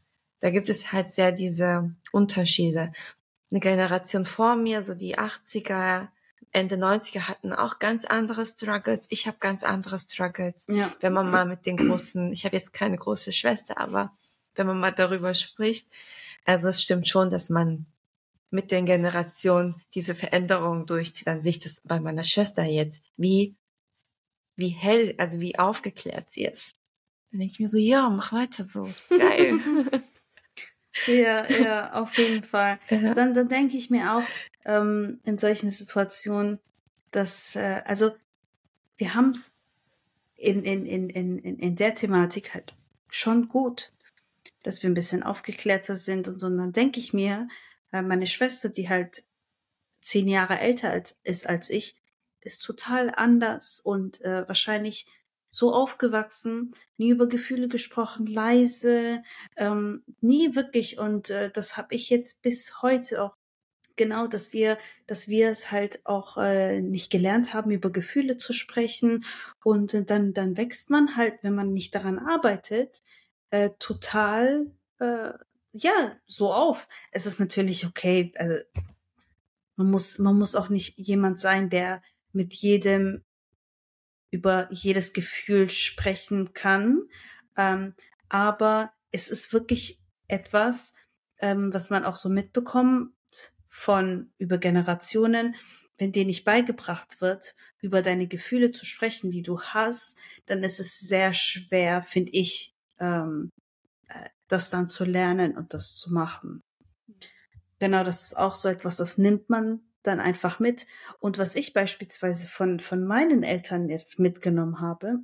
da gibt es halt sehr diese Unterschiede. Eine Generation vor mir, so die achtziger, Ende neunziger hatten auch ganz andere Struggles. Ich habe ganz andere Struggles. Ja. Wenn man mal mit den großen, ich habe jetzt keine große Schwester, aber wenn man mal darüber spricht, also es stimmt schon, dass man mit den Generationen diese Veränderung durchzieht. Dann sehe ich das bei meiner Schwester jetzt, wie, wie hell, also wie aufgeklärt sie ist. Dann denke ich mir so, ja, mach weiter so. Geil. Ja, ja, auf jeden Fall. Ja. Dann, dann denke ich mir auch ähm, in solchen Situationen, dass, äh, also wir haben es in, in, in, in, in der Thematik halt schon gut, dass wir ein bisschen aufgeklärter sind und so. Und dann denke ich mir, äh, meine Schwester, die halt zehn Jahre älter als, ist als ich, ist total anders und äh, wahrscheinlich so aufgewachsen, nie über Gefühle gesprochen, leise, ähm, nie wirklich. Und äh, das habe ich jetzt bis heute auch genau, dass wir, dass wir es halt auch äh, nicht gelernt haben, über Gefühle zu sprechen. Und äh, dann, dann wächst man halt, wenn man nicht daran arbeitet, äh, total äh, ja so auf. Es ist natürlich okay. Also man muss, man muss auch nicht jemand sein, der mit jedem über jedes Gefühl sprechen kann. Ähm, aber es ist wirklich etwas, ähm, was man auch so mitbekommt von über Generationen. Wenn dir nicht beigebracht wird, über deine Gefühle zu sprechen, die du hast, dann ist es sehr schwer, finde ich, ähm, äh, das dann zu lernen und das zu machen. Genau, das ist auch so etwas, das nimmt man dann einfach mit. Und was ich beispielsweise von, von meinen Eltern jetzt mitgenommen habe,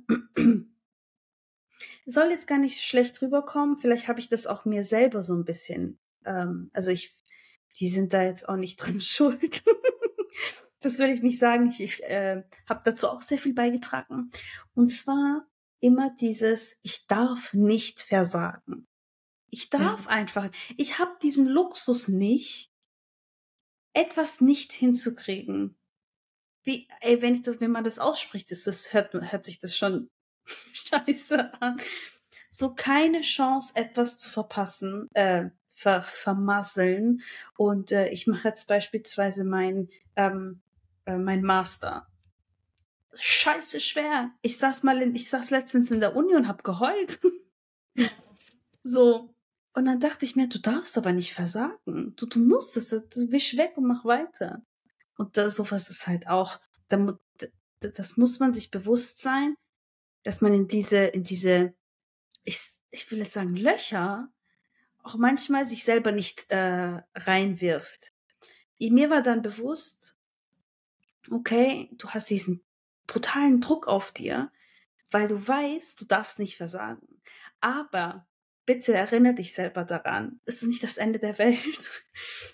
soll jetzt gar nicht schlecht rüberkommen. Vielleicht habe ich das auch mir selber so ein bisschen, ähm, also ich, die sind da jetzt auch nicht dran schuld. Das will ich nicht sagen. Ich, ich äh, habe dazu auch sehr viel beigetragen. Und zwar immer dieses, ich darf nicht versagen. Ich darf Ja. einfach, ich habe diesen Luxus nicht, etwas nicht hinzukriegen. Wie, ey, wenn ich das, wenn man das ausspricht, ist das, hört, hört sich das schon scheiße an. So keine Chance, etwas zu verpassen, äh, ver, vermasseln. Und äh, ich mache jetzt beispielsweise mein, ähm, äh, mein Master. Scheiße schwer. Ich saß mal in, ich saß letztens in der Uni und hab geheult. So. Und dann dachte ich mir, du darfst aber nicht versagen. Du, du musst es, du wisch weg und mach weiter. Und das, sowas ist halt auch, da, mu- d- das muss man sich bewusst sein, dass man in diese, in diese, ich, ich will jetzt sagen, Löcher auch manchmal sich selber nicht äh, reinwirft. Mir war dann bewusst, okay, du hast diesen brutalen Druck auf dir, weil du weißt, du darfst nicht versagen. Aber bitte erinnere dich selber daran, es ist nicht das Ende der Welt.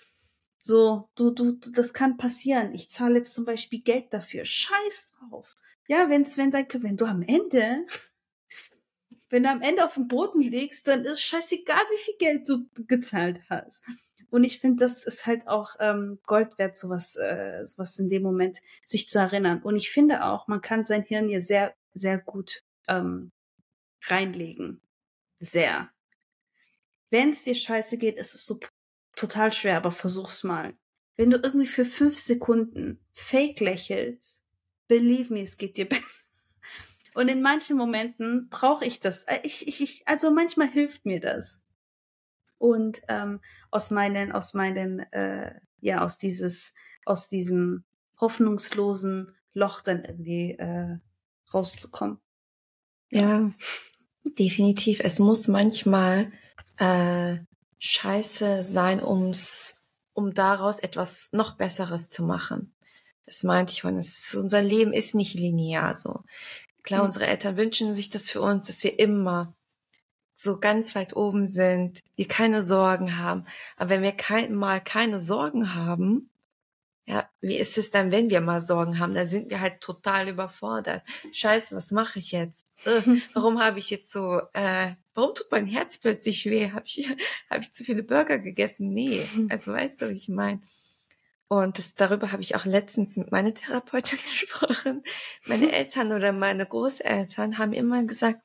So, du, du, du, das kann passieren. Ich zahle jetzt zum Beispiel Geld dafür. Scheiß drauf. Ja, wenn's, wenn dein, wenn du am Ende, wenn du am Ende auf dem Boden liegst, dann ist scheißegal, wie viel Geld du gezahlt hast. Und ich finde, das ist halt auch ähm, Gold wert, sowas, äh, sowas in dem Moment sich zu erinnern. Und ich finde auch, man kann sein Hirn hier sehr, sehr gut ähm, reinlegen. Sehr. Wenn es dir scheiße geht, ist es so total schwer, aber versuch's mal. Wenn du irgendwie für fünf Sekunden fake lächelst, believe me, es geht dir besser. Und in manchen Momenten brauche ich das. Ich, ich, ich, also manchmal hilft mir das. Und ähm, aus meinen, aus meinen, äh, ja, aus dieses, aus diesem hoffnungslosen Loch dann irgendwie äh, rauszukommen. Ja, definitiv. Es muss manchmal äh, scheiße sein, ums, um daraus etwas noch Besseres zu machen. Das meinte ich vorhin. Es ist, unser Leben ist nicht linear so. Klar, Mhm. unsere Eltern wünschen sich das für uns, dass wir immer so ganz weit oben sind, wir keine Sorgen haben. Aber wenn wir kein, mal keine Sorgen haben, ja, wie ist es dann, wenn wir mal Sorgen haben? Da sind wir halt total überfordert. Scheiße, was mache ich jetzt? Äh, warum habe ich jetzt so, äh, warum tut mein Herz plötzlich weh? Habe ich, hab ich zu viele Burger gegessen? Nee, also weißt du, wie ich meine. Und das, darüber habe ich auch letztens mit meiner Therapeutin gesprochen. Meine Eltern oder meine Großeltern haben immer gesagt,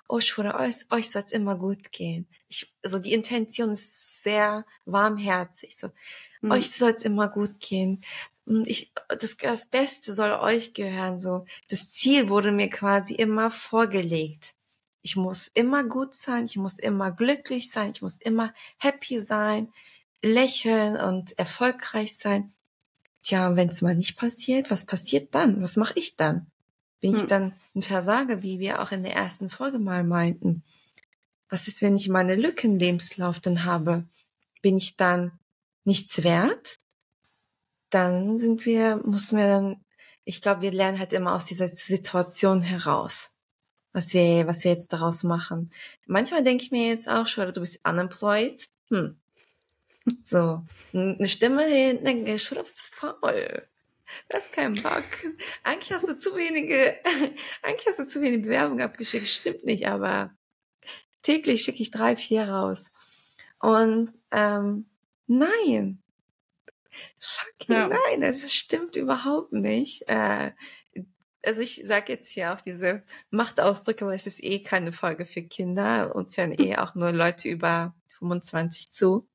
oh, Schwester, euch, euch soll es immer gut gehen. Ich, also die Intention ist sehr warmherzig. So, Mhm. euch soll es immer gut gehen. Ich, das, das Beste soll euch gehören. So, das Ziel wurde mir quasi immer vorgelegt. Ich muss immer gut sein, ich muss immer glücklich sein, ich muss immer happy sein, lächeln und erfolgreich sein. Tja, wenn es mal nicht passiert, was passiert dann? Was mache ich dann? Bin ich Hm. dann ein Versager, wie wir auch in der ersten Folge mal meinten? Was ist, wenn ich meine Lücke im Lebenslauf dann habe? Bin ich dann nichts wert? Dann sind wir, müssen wir dann, ich glaube, wir lernen halt immer aus dieser Situation heraus, was wir, was wir jetzt daraus machen. Manchmal denke ich mir jetzt auch schon, du bist unemployed. Hm. So, eine Stimme hinten, schon aufs Faul. Du hast keinen Bock. Eigentlich hast du zu wenige, eigentlich hast du zu wenige Bewerbungen abgeschickt. Stimmt nicht, aber täglich schicke ich drei, vier raus. Und ähm, nein, fucking Ja. nein, das stimmt überhaupt nicht. Äh, also ich sage jetzt hier auch diese Machtausdrücke, weil es ist eh keine Folge für Kinder. Uns hören eh auch nur Leute über fünfundzwanzig zu.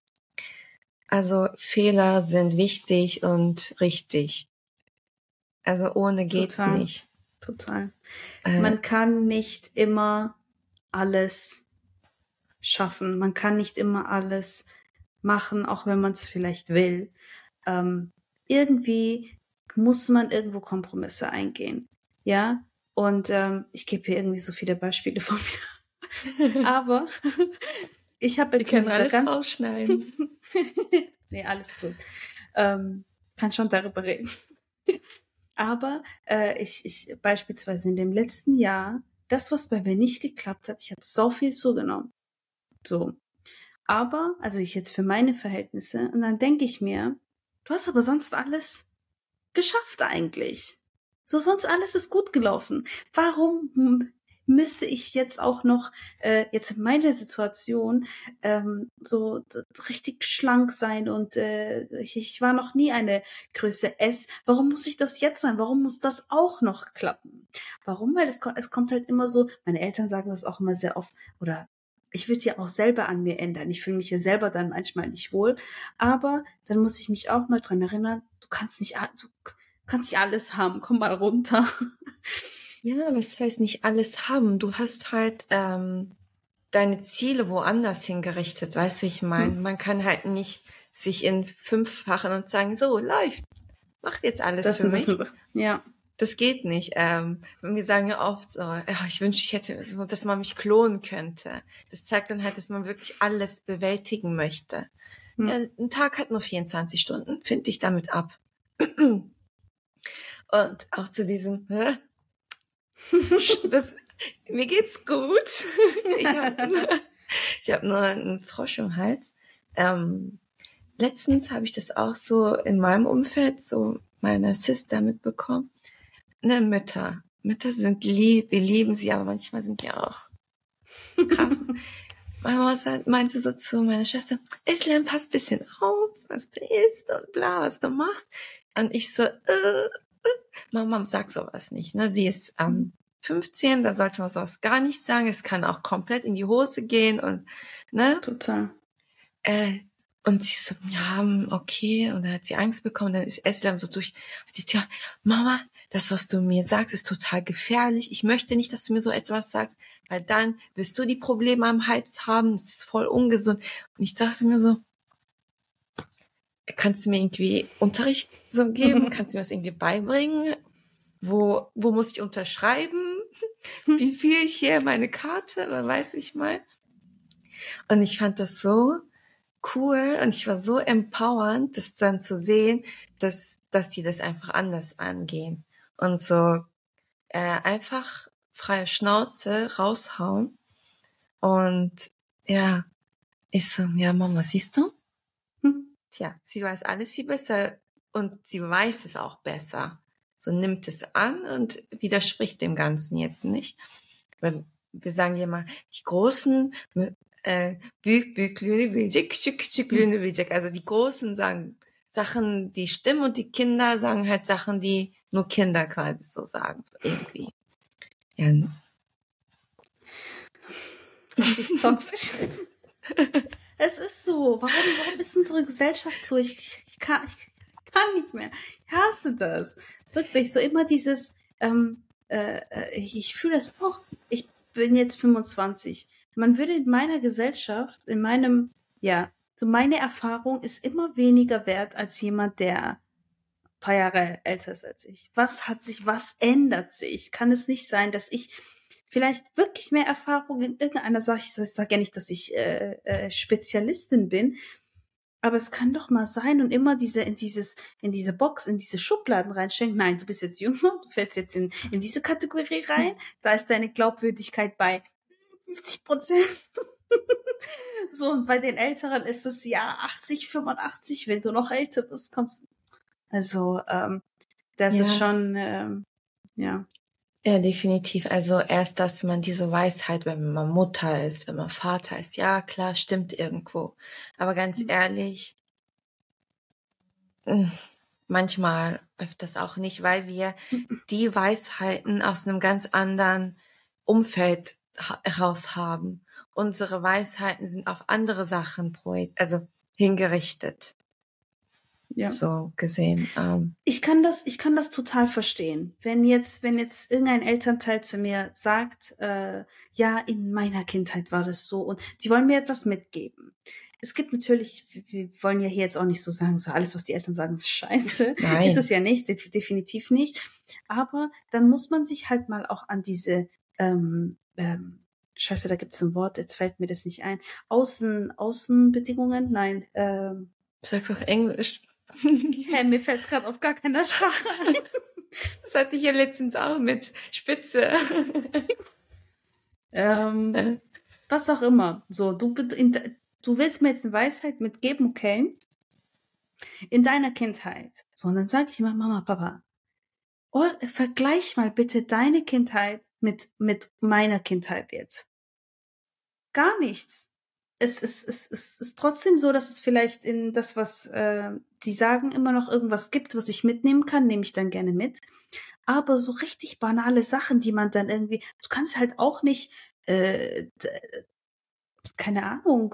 Also Fehler sind wichtig und richtig. Also ohne geht's Total. nicht. Total. Äh, Man kann nicht immer alles schaffen. Man kann nicht immer alles machen, auch wenn man es vielleicht will. Ähm, irgendwie muss man irgendwo Kompromisse eingehen. Ja, und ähm, ich gebe hier irgendwie so viele Beispiele von mir. Aber ich habe wir jetzt in können dieser alles ganz rausschneiden. nee, alles gut. Ähm, kann schon darüber reden. Aber äh, ich, ich beispielsweise in dem letzten Jahr, das, was bei mir nicht geklappt hat, ich habe so viel zugenommen. So. Aber, also ich jetzt für meine Verhältnisse, und dann denke ich mir, du hast aber sonst alles geschafft eigentlich. So, sonst alles ist gut gelaufen. Warum hm, müsste ich jetzt auch noch, äh, jetzt in meiner Situation, ähm, so d- richtig schlank sein und äh, ich, ich war noch nie eine Größe S. Warum muss ich das jetzt sein? Warum muss das auch noch klappen? Warum? Weil es, ko- es kommt halt immer so, meine Eltern sagen das auch immer sehr oft, oder ich will es ja auch selber an mir ändern. Ich fühle mich ja selber dann manchmal nicht wohl. Aber dann muss ich mich auch mal dran erinnern, du kannst nicht, a- du kannst nicht alles haben, komm mal runter. Ja, was heißt nicht alles haben? Du hast halt ähm, deine Ziele woanders hingerichtet, weißt du, wie ich meine? Hm. Man kann halt nicht sich in fünffachen und sagen, so, läuft, macht jetzt alles Das für und das mich. und ja. Das geht nicht. Ähm, wir sagen ja oft so, ja, ich wünsche, ich hätte so, dass man mich klonen könnte. Das zeigt dann halt, dass man wirklich alles bewältigen möchte. Hm. Ja, ein Tag hat nur vierundzwanzig Stunden, find dich damit ab. Und auch zu diesem, hä? Das, mir geht's gut. Ich habe ich hab nur einen Frosch im Hals. Ähm, letztens habe ich das auch so in meinem Umfeld, so meine Sister mitbekommen. Ne, Mütter. Mütter sind lieb, wir lieben sie, aber manchmal sind die auch krass. Meine Mama meinte so zu meiner Schwester, Islam, pass ein bisschen auf, was du isst und bla, was du machst. Und ich so, äh, äh. Mama sagt sowas nicht. Ne? Sie ist ähm, fünfzehn, da sollte man sowas gar nicht sagen. Es kann auch komplett in die Hose gehen und, ne? Total. Äh, und sie so, ja, okay. Und dann hat sie Angst bekommen. Dann ist Eslam so durch. Und sie, ja, Mama, das, was du mir sagst, ist total gefährlich. Ich möchte nicht, dass du mir so etwas sagst, weil dann wirst du die Probleme am Hals haben. Das ist voll ungesund. Und ich dachte mir so, kannst du mir irgendwie Unterricht so geben? Kannst du mir das irgendwie beibringen? Wo, wo muss ich unterschreiben? Wie viel ich hier meine Karte? Man weiß, wie ich meine. Und ich fand das so cool und ich war so empowernd, das dann zu sehen, dass, dass die das einfach anders angehen und so äh, einfach freie Schnauze raushauen. Und ja, ich so, ja, Mama, siehst du? Hm. Tja, sie weiß alles viel besser und sie weiß es auch besser. So nimmt es an und widerspricht dem Ganzen jetzt nicht. Weil wir sagen ja mal, die Großen, äh, büyük büyüklüğünü bilecek, küçük küçüklüğünü bilecek. Also die Großen sagen Sachen, die stimmen und die Kinder sagen halt Sachen, die nur Kinder quasi so sagen, so irgendwie. Ja. richtig toxisch. Es ist so. Warum, warum ist unsere Gesellschaft so? Ich, ich, ich, kann, ich kann nicht mehr. Ich hasse das. Wirklich, so immer dieses, ähm, äh, ich, ich fühle das auch. Ich bin jetzt fünfundzwanzig. Man würde in meiner Gesellschaft, in meinem, ja, so meine Erfahrung ist immer weniger wert als jemand, der ein paar Jahre älter ist als ich. Was hat sich, was ändert sich? Kann es nicht sein, dass ich vielleicht wirklich mehr Erfahrung in irgendeiner Sache, ich sage ja nicht, dass ich äh, äh, Spezialistin bin, aber es kann doch mal sein und immer diese in dieses in diese Box, in diese Schubladen reinschenken. Nein, du bist jetzt jünger, du fällst jetzt in in diese Kategorie rein. Da ist deine Glaubwürdigkeit bei fünfzig Prozent. So, und bei den Älteren ist es ja achtzig, fünfundachtzig. Wenn du noch älter bist, kommst. Also ähm, das Ja. ist schon ähm, ja. Ja, definitiv. Also erst, dass man diese Weisheit, wenn man Mutter ist, wenn man Vater ist, ja klar, stimmt irgendwo. Aber ganz Mhm. ehrlich, mh, manchmal öfters auch nicht, weil wir die Weisheiten aus einem ganz anderen Umfeld ha- heraus haben. Unsere Weisheiten sind auf andere Sachen projiziert, also hingerichtet, Ja. so gesehen. Ähm, Ich kann das, ich kann das total verstehen. Wenn jetzt, wenn jetzt irgendein Elternteil zu mir sagt, äh, ja, in meiner Kindheit war das so und die wollen mir etwas mitgeben. Es gibt natürlich, wir wollen ja hier jetzt auch nicht so sagen, so alles, was die Eltern sagen, ist scheiße. Nein. Ist es ja nicht, de- definitiv nicht. Aber dann muss man sich halt mal auch an diese, ähm, ähm, Scheiße, da gibt's ein Wort, jetzt fällt mir das nicht ein. Außen, Außenbedingungen? Nein, ähm, sag's auf Englisch. Hä, mir fällt's gerade auf gar keiner Sprache ein. Das hatte ich ja letztens auch mit Spitze. ähm, Äh, was auch immer. So, du, bet- in, de- du willst mir jetzt eine Weisheit mitgeben, okay? In deiner Kindheit. So, und dann sage ich immer, Mama, Papa, oh, vergleich mal bitte deine Kindheit mit, mit meiner Kindheit jetzt. Gar nichts. Es ist, es, ist, es ist trotzdem so, dass es vielleicht in das, was äh, sie sagen, immer noch irgendwas gibt, was ich mitnehmen kann, nehme ich dann gerne mit. Aber so richtig banale Sachen, die man dann irgendwie, du kannst halt auch nicht, äh, d- keine Ahnung,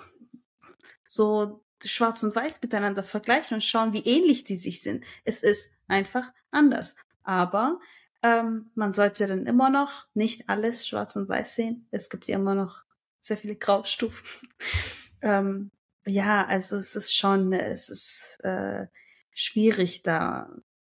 so schwarz und weiß miteinander vergleichen und schauen, wie ähnlich die sich sind. Es ist einfach anders. Aber ähm, man sollte dann immer noch nicht alles schwarz und weiß sehen. Es gibt ja immer noch sehr viele Graustufen. ähm, ja, also es ist schon, es ist äh, schwierig, da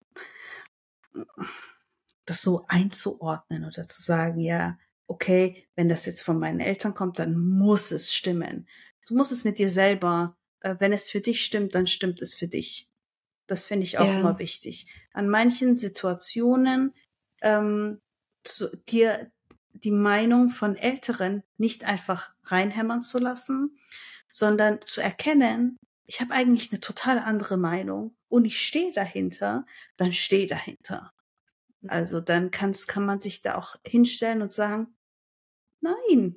das so einzuordnen oder zu sagen, ja, okay, wenn das jetzt von meinen Eltern kommt, dann muss es stimmen. Du musst es mit dir selber, äh, wenn es für dich stimmt, dann stimmt es für dich. Das finde ich auch Ja. immer wichtig. An manchen Situationen ähm, zu, dir die Meinung von Älteren nicht einfach reinhämmern zu lassen, sondern zu erkennen, ich habe eigentlich eine total andere Meinung und ich stehe dahinter, dann stehe dahinter. Also dann kann's, kann man sich da auch hinstellen und sagen, nein,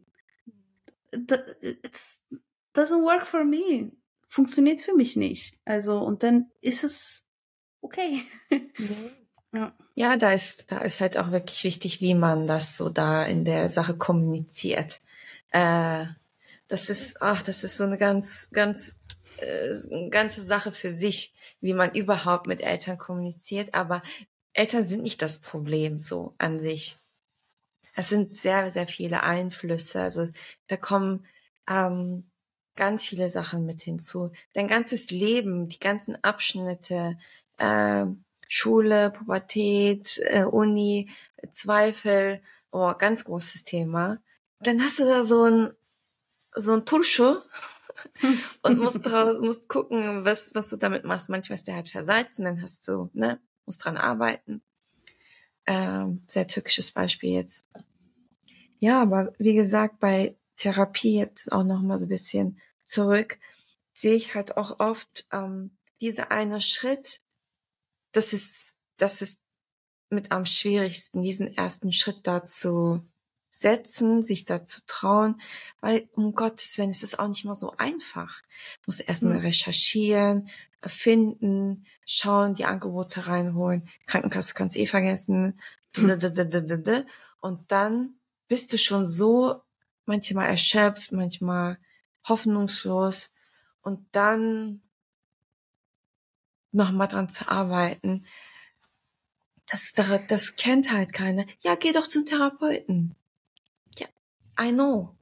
d- it doesn't work for me. Funktioniert für mich nicht. Also, und dann ist es okay. Ja. Ja, da ist, da ist halt auch wirklich wichtig, wie man das so da in der Sache kommuniziert. Äh, das ist, ach, das ist so eine ganz, ganz, äh, eine ganze Sache für sich, wie man überhaupt mit Eltern kommuniziert. Aber Eltern sind nicht das Problem so an sich. Es sind sehr, sehr viele Einflüsse. Also da kommen ähm, ganz viele Sachen mit hinzu. Dein ganzes Leben, die ganzen Abschnitte, äh, Schule, Pubertät, äh, Uni, Zweifel, oh, ganz großes Thema. Dann hast du da so ein so ein Turnschuh und musst draus, musst gucken, was was du damit machst. Manchmal ist der halt versalzen, dann hast du, ne, musst dran arbeiten. Ähm, sehr türkisches Beispiel jetzt. Ja, aber wie gesagt, bei Therapie jetzt auch noch mal so ein bisschen zurück, sehe ich halt auch oft ähm, dieser eine Schritt, das ist, das ist mit am schwierigsten, diesen ersten Schritt da zu setzen, sich da zu trauen, weil um Gottes Willen ist es auch nicht mal so einfach. Muss erstmal Hm. recherchieren, finden, schauen, die Angebote reinholen. Krankenkasse kannst eh vergessen. Und dann bist du schon so manchmal erschöpft, manchmal hoffnungslos und dann nochmal dran zu arbeiten, das, das kennt halt keiner. Ja, geh doch zum Therapeuten. Ja, I know.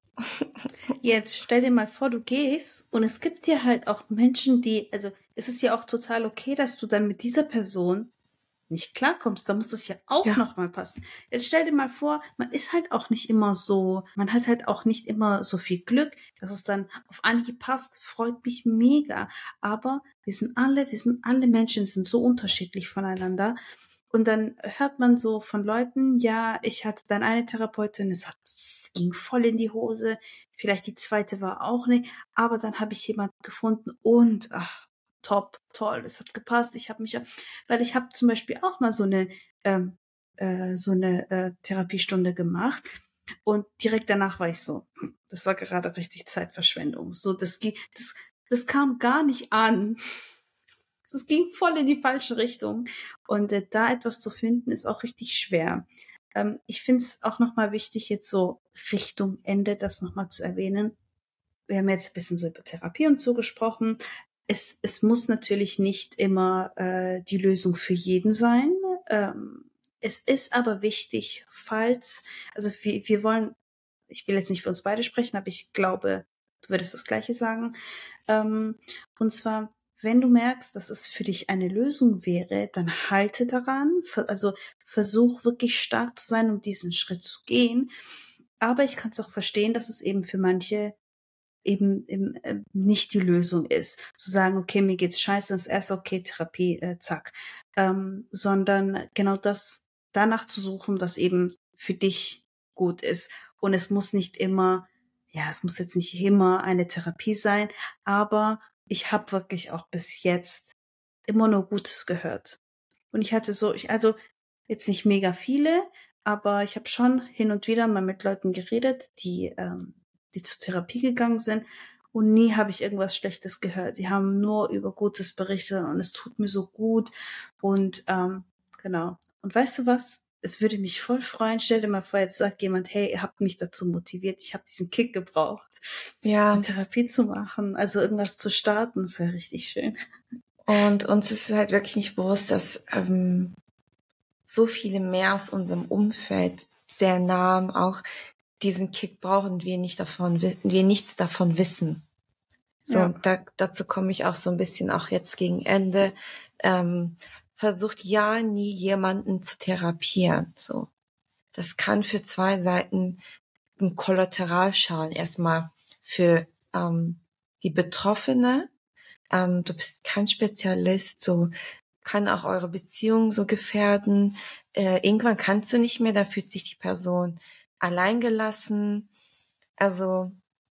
Jetzt stell dir mal vor, du gehst und es gibt dir halt auch Menschen, die, also es ist ja auch total okay, dass du dann mit dieser Person nicht klarkommst, da muss es ja auch Ja. noch mal passen. Jetzt stell dir mal vor, man ist halt auch nicht immer so, man hat halt auch nicht immer so viel Glück, dass es dann auf Anhieb passt, freut mich mega. Aber wir sind alle, wir sind alle Menschen, sind so unterschiedlich voneinander. Und dann hört man so von Leuten, ja, ich hatte dann eine Therapeutin, es hat, es ging voll in die Hose, vielleicht die zweite war auch nicht, aber dann habe ich jemanden gefunden und, ach, top, toll, es hat gepasst. Ich habe mich, weil ich habe zum Beispiel auch mal so eine ähm, äh, so eine äh, Therapiestunde gemacht und direkt danach war ich so, das war gerade richtig Zeitverschwendung. So, das ging, das, das kam gar nicht an. Es ging voll in die falsche Richtung und äh, da etwas zu finden ist auch richtig schwer. Ähm, ich finde es auch nochmal wichtig, jetzt so Richtung Ende das nochmal zu erwähnen. Wir haben jetzt ein bisschen so über Therapie und so gesprochen. Es, es muss natürlich nicht immer äh, die Lösung für jeden sein. Ähm, es ist aber wichtig, falls, also wir, wir wollen, ich will jetzt nicht für uns beide sprechen, aber ich glaube, du würdest das Gleiche sagen. Ähm, und zwar, wenn du merkst, dass es für dich eine Lösung wäre, dann halte daran. Also versuch wirklich stark zu sein, um diesen Schritt zu gehen. Aber ich kann es auch verstehen, dass es eben für manche eben, eben äh, nicht die Lösung ist. Zu sagen, okay, mir geht's scheiße, dann ist erst okay, Therapie, äh, zack. Ähm, sondern genau das danach zu suchen, was eben für dich gut ist. Und es muss nicht immer, ja, es muss jetzt nicht immer eine Therapie sein, aber ich habe wirklich auch bis jetzt immer nur Gutes gehört. Und ich hatte so, ich, also jetzt nicht mega viele, aber ich habe schon hin und wieder mal mit Leuten geredet, die ähm, die zur Therapie gegangen sind und nie habe ich irgendwas Schlechtes gehört. Sie haben nur über Gutes berichtet und es tut mir so gut und ähm, genau. Und weißt du was? Es würde mich voll freuen. Stell dir mal vor, jetzt sagt jemand, hey, ihr habt mich dazu motiviert, ich habe diesen Kick gebraucht, Ja. eine Therapie zu machen, also irgendwas zu starten. Das wäre richtig schön. Und uns ist halt wirklich nicht bewusst, dass ähm, so viele mehr aus unserem Umfeld sehr nah auch diesen Kick brauchen, wir nicht davon, wir nichts davon wissen. So, Ja. und da, dazu komme ich auch so ein bisschen auch jetzt gegen Ende. Ähm, versucht ja nie jemanden zu therapieren. So, das kann für zwei Seiten ein Kollateralschaden erstmal für ähm, die Betroffene. Ähm, du bist kein Spezialist, so kann auch eure Beziehung so gefährden. Äh, irgendwann kannst du nicht mehr, da fühlt sich die Person alleingelassen. Also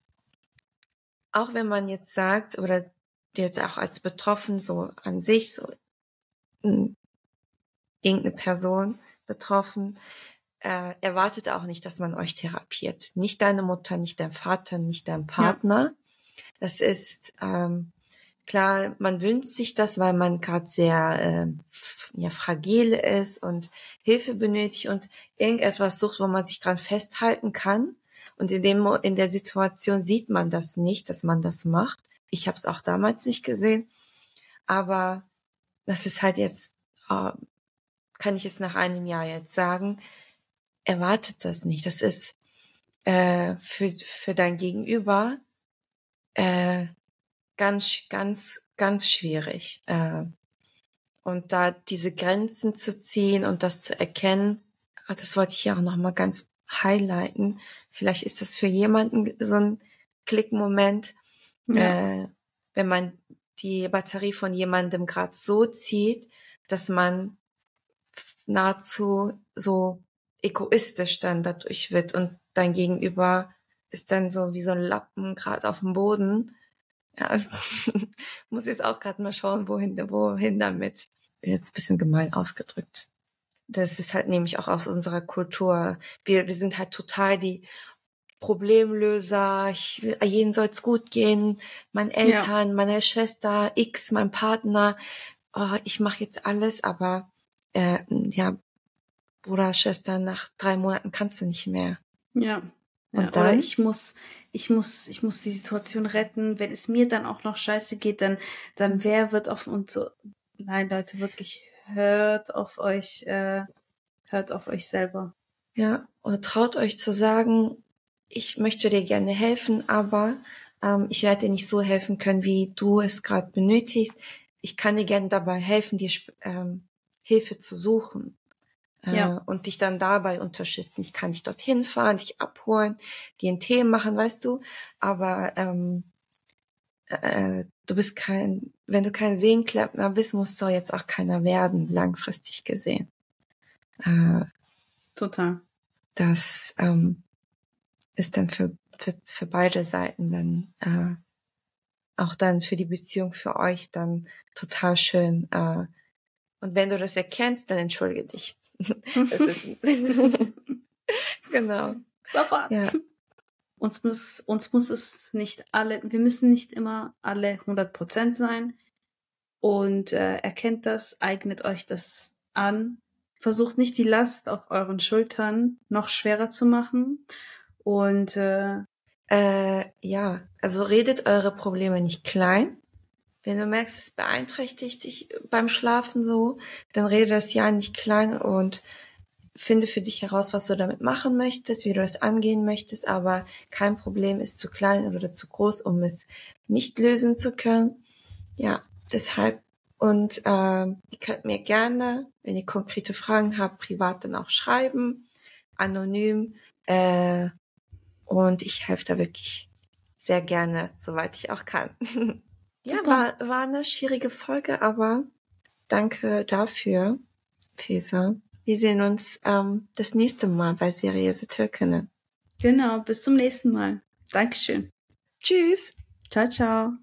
auch wenn man jetzt sagt, oder jetzt auch als betroffen so an sich, so mh, irgendeine Person betroffen, äh, erwartet auch nicht, dass man euch therapiert. Nicht deine Mutter, nicht dein Vater, nicht dein Partner. Ja. Das ist ähm, klar, man wünscht sich das, weil man gerade sehr äh, ja, fragil ist und Hilfe benötigt und irgendetwas sucht, wo man sich dran festhalten kann. Und in dem in der Situation sieht man das nicht, dass man das macht. Ich habe es auch damals nicht gesehen, aber das ist halt jetzt, äh, kann ich es nach einem Jahr jetzt sagen, erwartet das nicht. Das ist äh, für für dein Gegenüber äh, ganz ganz ganz schwierig. Äh, und da diese Grenzen zu ziehen und das zu erkennen, das wollte ich hier auch nochmal ganz highlighten. Vielleicht ist das für jemanden so ein Klickmoment, ja. äh, wenn man die Batterie von jemandem gerade so zieht, dass man nahezu so egoistisch dann dadurch wird und dein Gegenüber ist dann so wie so ein Lappen gerade auf dem Boden. Ja, muss jetzt auch gerade mal schauen, wohin, wohin damit. Jetzt ein bisschen gemein ausgedrückt. Das ist halt nämlich auch aus unserer Kultur. Wir, wir sind halt total die Problemlöser. Ich, jeden soll's gut gehen. Meinen Eltern, ja. Meiner Schwester, X, mein Partner. Oh, ich mache jetzt alles, aber äh, ja, Bruder, Schwester, nach drei Monaten kannst du nicht mehr. Ja. Und Ja, dann? oder ich muss, ich muss, ich muss die Situation retten. Wenn es mir dann auch noch scheiße geht, dann, dann wer wird auf uns so. Nein, Leute, wirklich, hört auf euch, äh, hört auf euch selber. Ja, oder traut euch zu sagen, ich möchte dir gerne helfen, aber ähm, ich werde dir nicht so helfen können, wie du es gerade benötigst. Ich kann dir gerne dabei helfen, dir ähm, Hilfe zu suchen äh, Ja. und dich dann dabei unterstützen. Ich kann dich dorthin fahren, dich abholen, dir einen Tee machen, weißt du. Aber ähm, äh, du bist kein, wenn du kein Sehenklempner bist, musst du jetzt auch keiner werden, langfristig gesehen. Äh, Total. das ähm, ist dann für, für, für beide Seiten dann äh, auch dann für die Beziehung für euch dann total schön. Äh, und wenn du das erkennst, dann entschuldige dich. Das ist genau. Sofort. Ja. Uns muss, uns muss es nicht alle, wir müssen nicht immer alle hundert Prozent sein. Und äh, erkennt das, eignet euch das an. Versucht nicht die Last auf euren Schultern noch schwerer zu machen. Und äh, Äh, ja, also redet eure Probleme nicht klein. Wenn du merkst, es beeinträchtigt dich beim Schlafen so, dann rede das ja nicht klein und finde für dich heraus, was du damit machen möchtest, wie du das angehen möchtest, aber kein Problem ist zu klein oder zu groß, um es nicht lösen zu können. Ja, deshalb. Und äh, ihr könnt mir gerne, wenn ihr konkrete Fragen habt, privat dann auch schreiben, anonym. Äh, und ich helfe da wirklich sehr gerne, soweit ich auch kann. Ja, war, war eine schwierige Folge, aber danke dafür, Fesa. Wir sehen uns ähm, das nächste Mal bei Seriöse Türkinnen. genau, bis zum nächsten Mal. Dankeschön. Tschüss. Ciao, ciao.